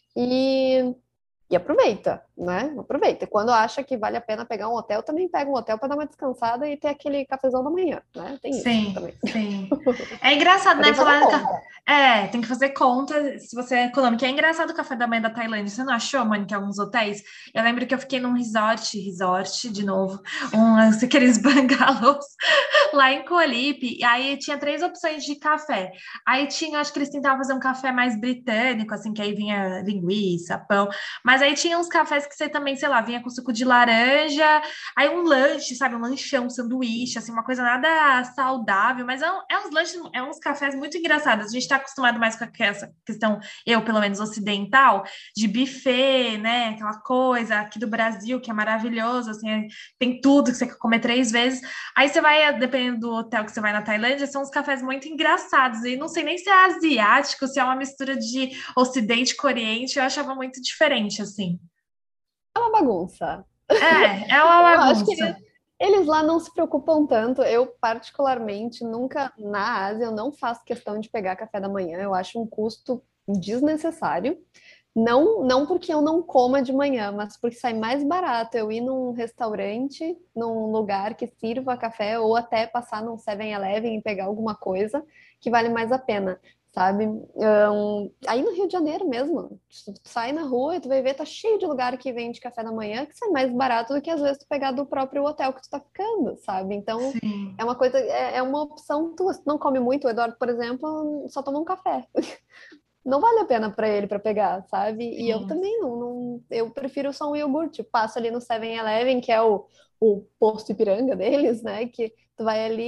E e aproveita, né? Aproveita. Quando acha que vale a pena pegar um hotel, também pega um hotel para dar uma descansada e ter aquele cafezão da manhã, né? Tem isso Sim, também. sim. É engraçado, Mas tem né? que fazer Falar. ca- conta. É, tem que fazer conta se você é econômico. É engraçado o café da manhã da Tailândia. Você não achou, Mônica, alguns hotéis? Eu lembro que eu fiquei num resort, resort, de novo, um, aqueles bangalôs lá em Colipe, e aí tinha três opções de café. Aí tinha, acho que eles tentavam fazer um café mais britânico, assim, que aí vinha linguiça, pão. Mas aí tinha uns cafés que você também, sei lá, vinha com suco de laranja, aí um lanche, sabe, um lanchão, um sanduíche, assim, uma coisa nada saudável, mas é, um- é uns lanches, é uns cafés muito engraçados. A gente tá acostumado mais com essa questão, eu, pelo menos, ocidental, de buffet, né, aquela coisa aqui do Brasil, que é maravilhoso, assim, é- tem tudo que você quer comer três vezes. Aí você vai, dependendo do hotel que você vai na Tailândia, são uns cafés muito engraçados. E não sei nem se é asiático, se é uma mistura de Ocidente com Oriente, eu achava muito diferente, assim. É uma bagunça. É, é uma Eu acho que eles, bagunça. eles lá não se preocupam tanto. Eu, particularmente, nunca na Ásia, eu não faço questão de pegar café da manhã. Eu acho um custo desnecessário. Não, não porque eu não coma de manhã, mas porque sai mais barato eu ir num restaurante, num lugar que sirva café, ou até passar num Seven-Eleven e pegar alguma coisa que vale mais a pena, sabe? Ahn, aí no Rio de Janeiro mesmo, tu sai na rua e tu vai ver, tá cheio de lugar que vende café da manhã que sai mais barato do que às vezes tu pegar do próprio hotel que tu tá ficando, sabe? Então Sim, é uma coisa, é, é uma opção tua. Se tu não come muito, o Eduardo, por exemplo, só toma um café. Não vale a pena para ele para pegar, sabe? E eu sim. também não, não- eu prefiro só um iogurte. Passo ali no Seven eleven, que é o, o posto Ipiranga deles, né? Que tu vai ali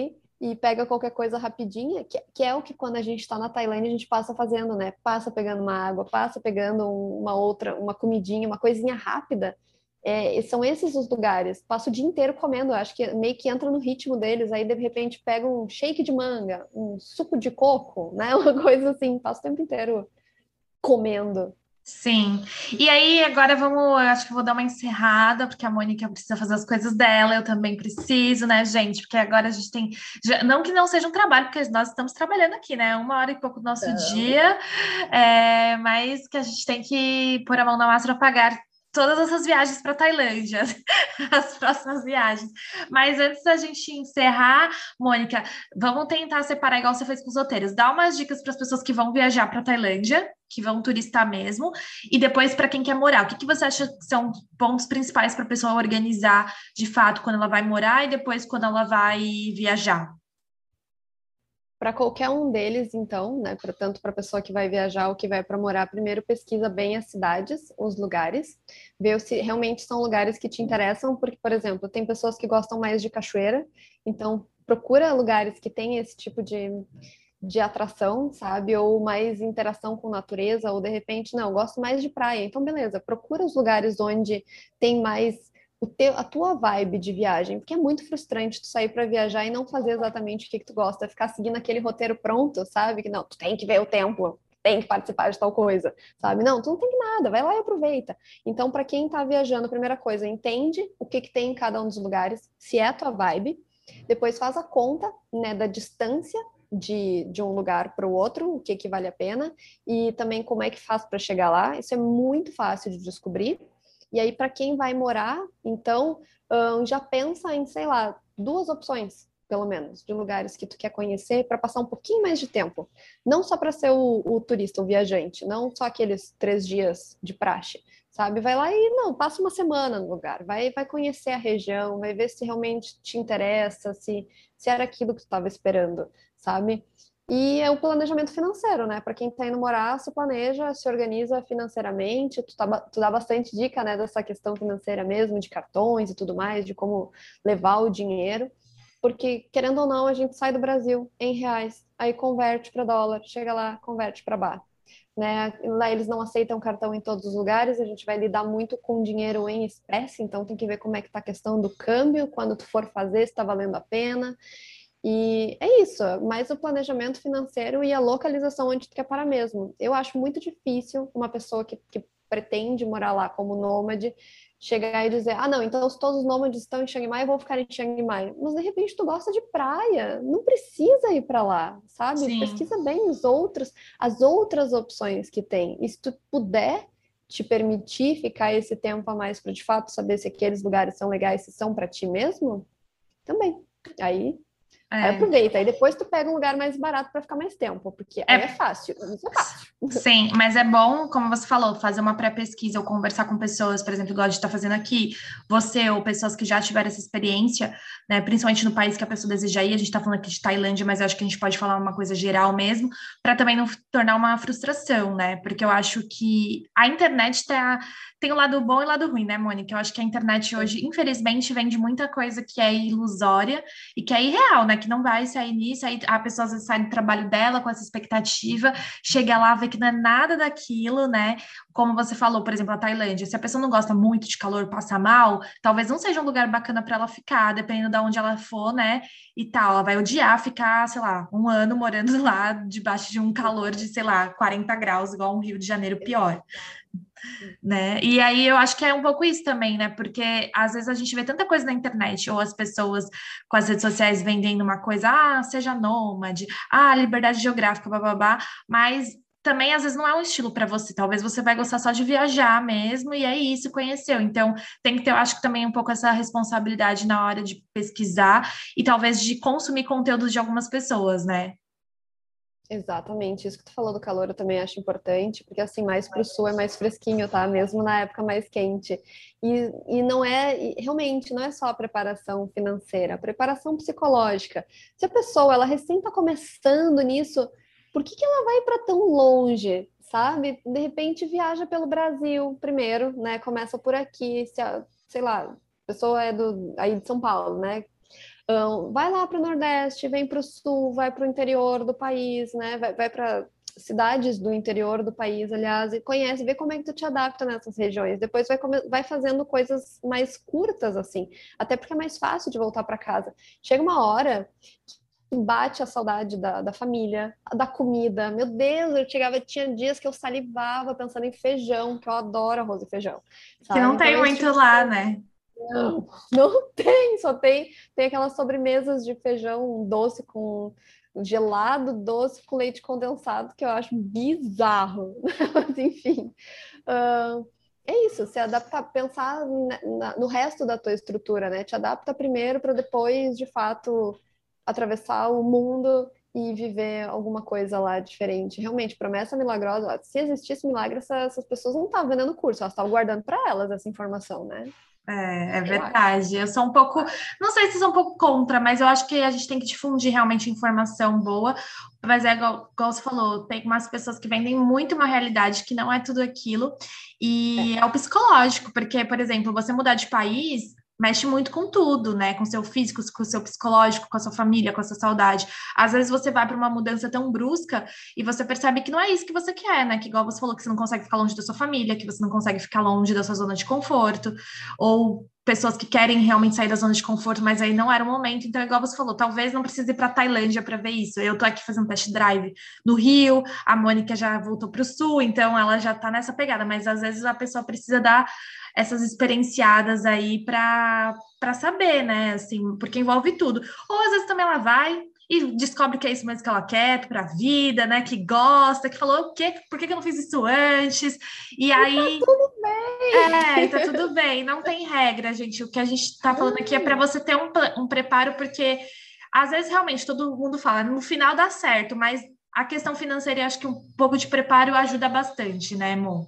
e pega qualquer coisa rapidinha, que, que é o que quando a gente está na Tailândia a gente passa fazendo, né? Passa pegando uma água, passa pegando uma outra, uma comidinha, uma coisinha rápida. É, são esses os lugares. Passa o dia inteiro comendo, acho que meio que entra no ritmo deles, aí de repente pega um shake de manga, um suco de coco, né? Uma coisa assim, passa o tempo inteiro comendo. Sim. E aí, agora vamos, eu acho que eu vou dar uma encerrada, porque a Mônica precisa fazer as coisas dela, eu também preciso, né, gente? Porque agora a gente tem, já- não que não seja um trabalho, porque nós estamos trabalhando aqui, né? Uma hora e pouco do nosso Então, dia, é, mas que a gente tem que pôr a mão na massa para pagar todas essas viagens para Tailândia, as próximas viagens. Mas antes da gente encerrar, Mônica, vamos tentar separar igual você fez com os roteiros. Dá umas dicas para as pessoas que vão viajar para Tailândia, que vão turistar mesmo, e depois para quem quer morar. O que que você acha que são pontos principais para a pessoa organizar de fato quando ela vai morar e depois quando ela vai viajar? para qualquer um deles, então, né, pra, tanto para a pessoa que vai viajar ou que vai para morar, primeiro pesquisa bem as cidades, os lugares, vê se realmente são lugares que te interessam, porque, por exemplo, tem pessoas que gostam mais de cachoeira, então procura lugares que têm esse tipo de, de atração, sabe? Ou mais interação com natureza, ou de repente, não, gosto mais de praia. Então, beleza, procura os lugares onde tem mais o teu, a tua vibe de viagem, porque é muito frustrante tu sair para viajar e não fazer exatamente o que, que tu gosta, ficar seguindo aquele roteiro pronto, sabe? Que não, tu tem que ver o tempo, tem que participar de tal coisa, sabe? Não, tu não tem que nada, vai lá e aproveita. Então, para quem tá viajando, primeira coisa, entende o que, que tem em cada um dos lugares, se é a tua vibe, depois faz a conta, né, da distância de, de um lugar para o outro, o que, que vale a pena, e também como é que faz para chegar lá. Isso é muito fácil de descobrir. E aí, para quem vai morar, então, hum, já pensa em, sei lá, duas opções, pelo menos, de lugares que tu quer conhecer para passar um pouquinho mais de tempo. Não só para ser o, o turista, o viajante, não só aqueles três dias de praxe, sabe? Vai lá e, não, passa uma semana no lugar, vai, vai conhecer a região, vai ver se realmente te interessa, se, se era aquilo que tu estava esperando, sabe? E é o planejamento financeiro, né? Para quem está indo morar, se planeja, se organiza financeiramente. Tu, tá, tu dá bastante dica, né, dessa questão financeira mesmo, de cartões e tudo mais, de como levar o dinheiro. Porque, querendo ou não, a gente sai do Brasil em reais, aí converte para dólar, chega lá, converte para bar. Né? Lá eles não aceitam cartão em todos os lugares, a gente vai lidar muito com dinheiro em espécie, então tem que ver como é que está a questão do câmbio, quando tu for fazer, se está valendo a pena. E é isso, mais o planejamento financeiro e a localização onde tu quer parar mesmo. Eu acho muito difícil uma pessoa que, que pretende morar lá como nômade chegar e dizer, ah, não, então se todos os nômades estão em Chiang Mai, eu vou ficar em Chiang Mai. Mas de repente tu gosta de praia, não precisa ir para lá, sabe? Sim. Pesquisa bem os outros, as outras opções que tem. E se tu puder te permitir ficar esse tempo a mais para de fato saber se aqueles lugares são legais, se são para ti mesmo, também. Aí Aí É. aproveita, aí depois tu pega um lugar mais barato para ficar mais tempo, porque aí é É, fácil, isso é fácil. sim, mas é bom, como você falou, fazer uma pré-pesquisa ou conversar com pessoas, por exemplo, igual a gente está fazendo aqui, você ou pessoas que já tiveram essa experiência, né, principalmente no país que a pessoa deseja ir, a gente está falando aqui de Tailândia, mas eu acho que a gente pode falar uma coisa geral mesmo, para também não tornar uma frustração, né, porque eu acho que a internet tá, tem o lado bom e o lado ruim, né, Mônica? Eu acho que a internet hoje, infelizmente, vende muita coisa que é ilusória e que é irreal, né, que não vai sair nisso, aí a pessoa às vezes sai do trabalho dela com essa expectativa, chega lá, vê que não é nada daquilo, né? Como você falou, por exemplo, a Tailândia. Se a pessoa não gosta muito de calor, passa mal, talvez não seja um lugar bacana para ela ficar, dependendo de onde ela for, né? E tal. Ela vai odiar ficar, sei lá, um ano morando lá debaixo de um calor de, sei lá, quarenta graus, igual um Rio de Janeiro pior, né? E aí eu acho que é um pouco isso também, né? Porque às vezes a gente vê tanta coisa na internet, ou as pessoas com as redes sociais vendendo uma coisa, ah, seja nômade, ah, liberdade geográfica, bababá, mas também às vezes não é um estilo para você. Talvez você vai gostar só de viajar mesmo, e é isso, conheceu. Então tem que ter, eu acho que também um pouco essa responsabilidade na hora de pesquisar e talvez de consumir conteúdos de algumas pessoas, né? Exatamente, isso que tu falou do calor eu também acho importante, porque assim, mais pro sul é mais fresquinho, tá? Mesmo na época mais quente. E, e não é, e realmente, não é só a preparação financeira, a preparação psicológica. Se a pessoa, ela recém tá começando nisso, por que que ela vai para tão longe, sabe? De repente viaja pelo Brasil primeiro, né? Começa por aqui, se a, sei lá, a pessoa é do, aí de São Paulo, né? Então, vai lá para o Nordeste, vem para o Sul, vai para o interior do país, né? Vai, vai para cidades do interior do país, aliás, e conhece, vê como é que tu te adapta nessas regiões. Depois vai, come... vai fazendo coisas mais curtas, assim, até porque é mais fácil de voltar para casa. Chega uma hora que bate a saudade da, da família, da comida. Meu Deus, eu chegava, tinha dias que eu salivava pensando em feijão, que eu adoro arroz e feijão, Que sabe? não Então, tem esse muito tipo lá, né? não, não tem, só tem, tem aquelas sobremesas de feijão doce com gelado, doce com leite condensado, que eu acho bizarro. Mas, enfim, uh, é isso, se adaptar, pensar na, na, no resto da tua estrutura, né? Te adapta primeiro para depois, de fato, atravessar o mundo e viver alguma coisa lá diferente. Realmente, promessa milagrosa. Se existisse milagre, essas, essas pessoas não estavam vendendo curso, elas estavam guardando para elas essa informação, né? É, é Eu acho. verdade. Eu sou um pouco, não sei se sou um pouco contra, mas eu acho que a gente tem que difundir realmente informação boa. Mas é igual, igual você falou, tem umas pessoas que vendem muito uma realidade que não é tudo aquilo. E É. é o psicológico, porque, por exemplo, você mudar de país mexe muito com tudo, né? Com seu físico, com seu psicológico, com a sua família, com a sua saudade. Às vezes você vai para uma mudança tão brusca e você percebe que não é isso que você quer, né? Que igual você falou que você não consegue ficar longe da sua família, que você não consegue ficar longe da sua zona de conforto, ou pessoas que querem realmente sair da zona de conforto, mas aí não era o momento. Então, igual você falou, talvez não precise ir para Tailândia para ver isso. Eu tô aqui fazendo test drive no Rio, a Mônica já voltou para o Sul, então ela já tá nessa pegada, mas às vezes a pessoa precisa dar essas experienciadas aí para para saber, né? Assim, porque envolve tudo. Ou às vezes também ela vai e descobre que é isso mesmo que ela quer para a vida, né? Que gosta, que falou o quê? Por que que eu não fiz isso antes? E aí Tudo bem. é, e tá tudo bem, não tem regra, gente. O que a gente tá falando aqui é para você ter um, pla- um preparo, porque às vezes realmente todo mundo fala, no final dá certo, mas a questão financeira, eu acho que um pouco de preparo ajuda bastante, né, amor?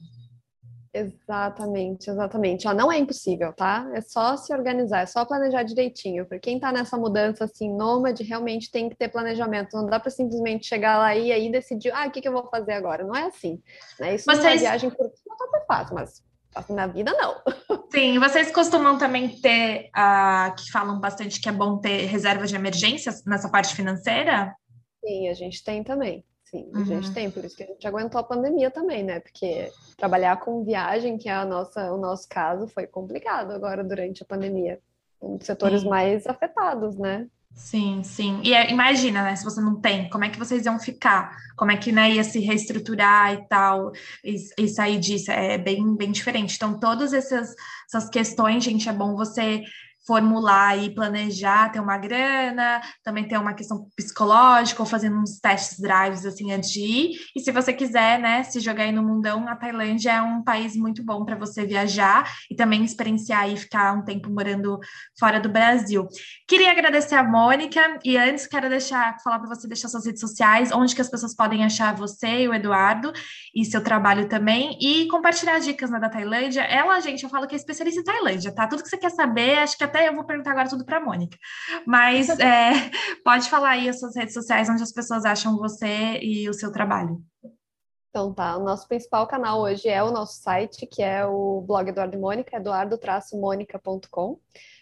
Exatamente, exatamente. Ó, não é impossível, tá? É só se organizar, é só planejar direitinho. Porque quem tá nessa mudança assim, nômade, realmente tem que ter planejamento. Não dá para simplesmente chegar lá e aí decidir, ah, o que que eu vou fazer agora? Não é assim, né? Isso numa Vocês, viagem curta não tá tão fácil, mas na vida não. sim, vocês costumam também ter, ah, que falam bastante que é bom ter reserva de emergências nessa parte financeira? Sim, a gente tem também. Sim, a gente Uhum, tem, por isso que a gente aguentou a pandemia também, né? Porque trabalhar com viagem, que é a nossa, o nosso caso, foi complicado agora durante a pandemia. Um dos setores sim. mais afetados, né? Sim, sim. E é, imagina, né, se você não tem, como é que vocês iam ficar? Como é que, né, ia se reestruturar e tal, e, e sair disso? É bem, bem diferente. Então, todas essas, essas questões, gente, é bom você formular e planejar, ter uma grana, também ter uma questão psicológica, ou fazendo uns testes drives, assim, antes de ir. E se você quiser, né, se jogar aí no mundão, a Tailândia é um país muito bom para você viajar e também experienciar e ficar um tempo morando fora do Brasil. Queria agradecer a Mônica e antes quero deixar falar para você deixar suas redes sociais, onde que as pessoas podem achar você e o Eduardo e seu trabalho também e compartilhar dicas, né, da Tailândia. Ela, gente, eu falo que é especialista em Tailândia, tá? Tudo que você quer saber, acho que até eu vou perguntar agora tudo para a Mônica. Mas é, pode falar aí as suas redes sociais, onde as pessoas acham você e o seu trabalho. Então tá, o nosso principal canal hoje é o nosso site, que é o blog Eduardo e Mônica, eduardo mônica ponto com.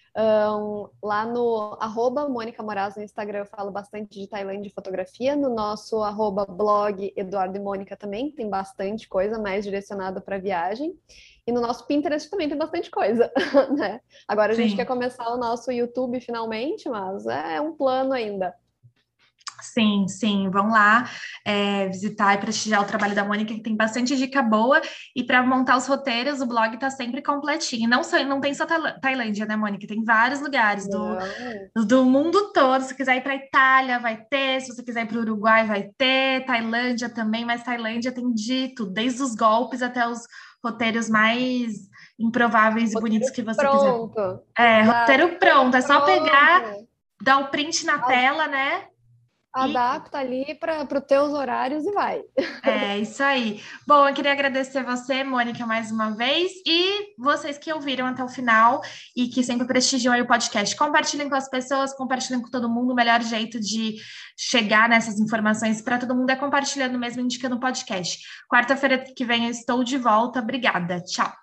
Um, lá no arroba Mônica Moraes no Instagram eu falo bastante de Tailândia e fotografia. No nosso arroba blog Eduardo e Mônica também tem bastante coisa mais direcionada para viagem. E no nosso Pinterest também tem bastante coisa, né? Agora a gente quer Sim. começar o nosso YouTube finalmente, mas é um plano ainda. Sim, sim, vão lá é, visitar e prestigiar o trabalho da Mônica, que tem bastante dica boa. E para montar os roteiros, o blog está sempre completinho. Não, só, não tem só Tailã- Tailândia, né, Mônica? Tem vários lugares do, Não. do mundo todo. Se quiser ir para Itália, vai ter. Se você quiser ir para o Uruguai, vai ter. Tailândia também, mas Tailândia tem de tudo, desde os golpes até os roteiros mais improváveis e bonitos Roteiro que você quiser. pronto. É, Exato. roteiro Roteiro pronto, é só pegar, pronto. dar o print na tela, né? Adapta ali para os teus horários e vai. É isso aí. Bom, eu queria agradecer você, Mônica, mais uma vez, e vocês que ouviram até o final e que sempre prestigiam aí o podcast. Compartilhem com as pessoas, compartilhem com todo mundo. O melhor jeito de chegar nessas informações para todo mundo é compartilhando mesmo, indicando o podcast. Quarta-feira que vem eu estou de volta. Obrigada. Tchau.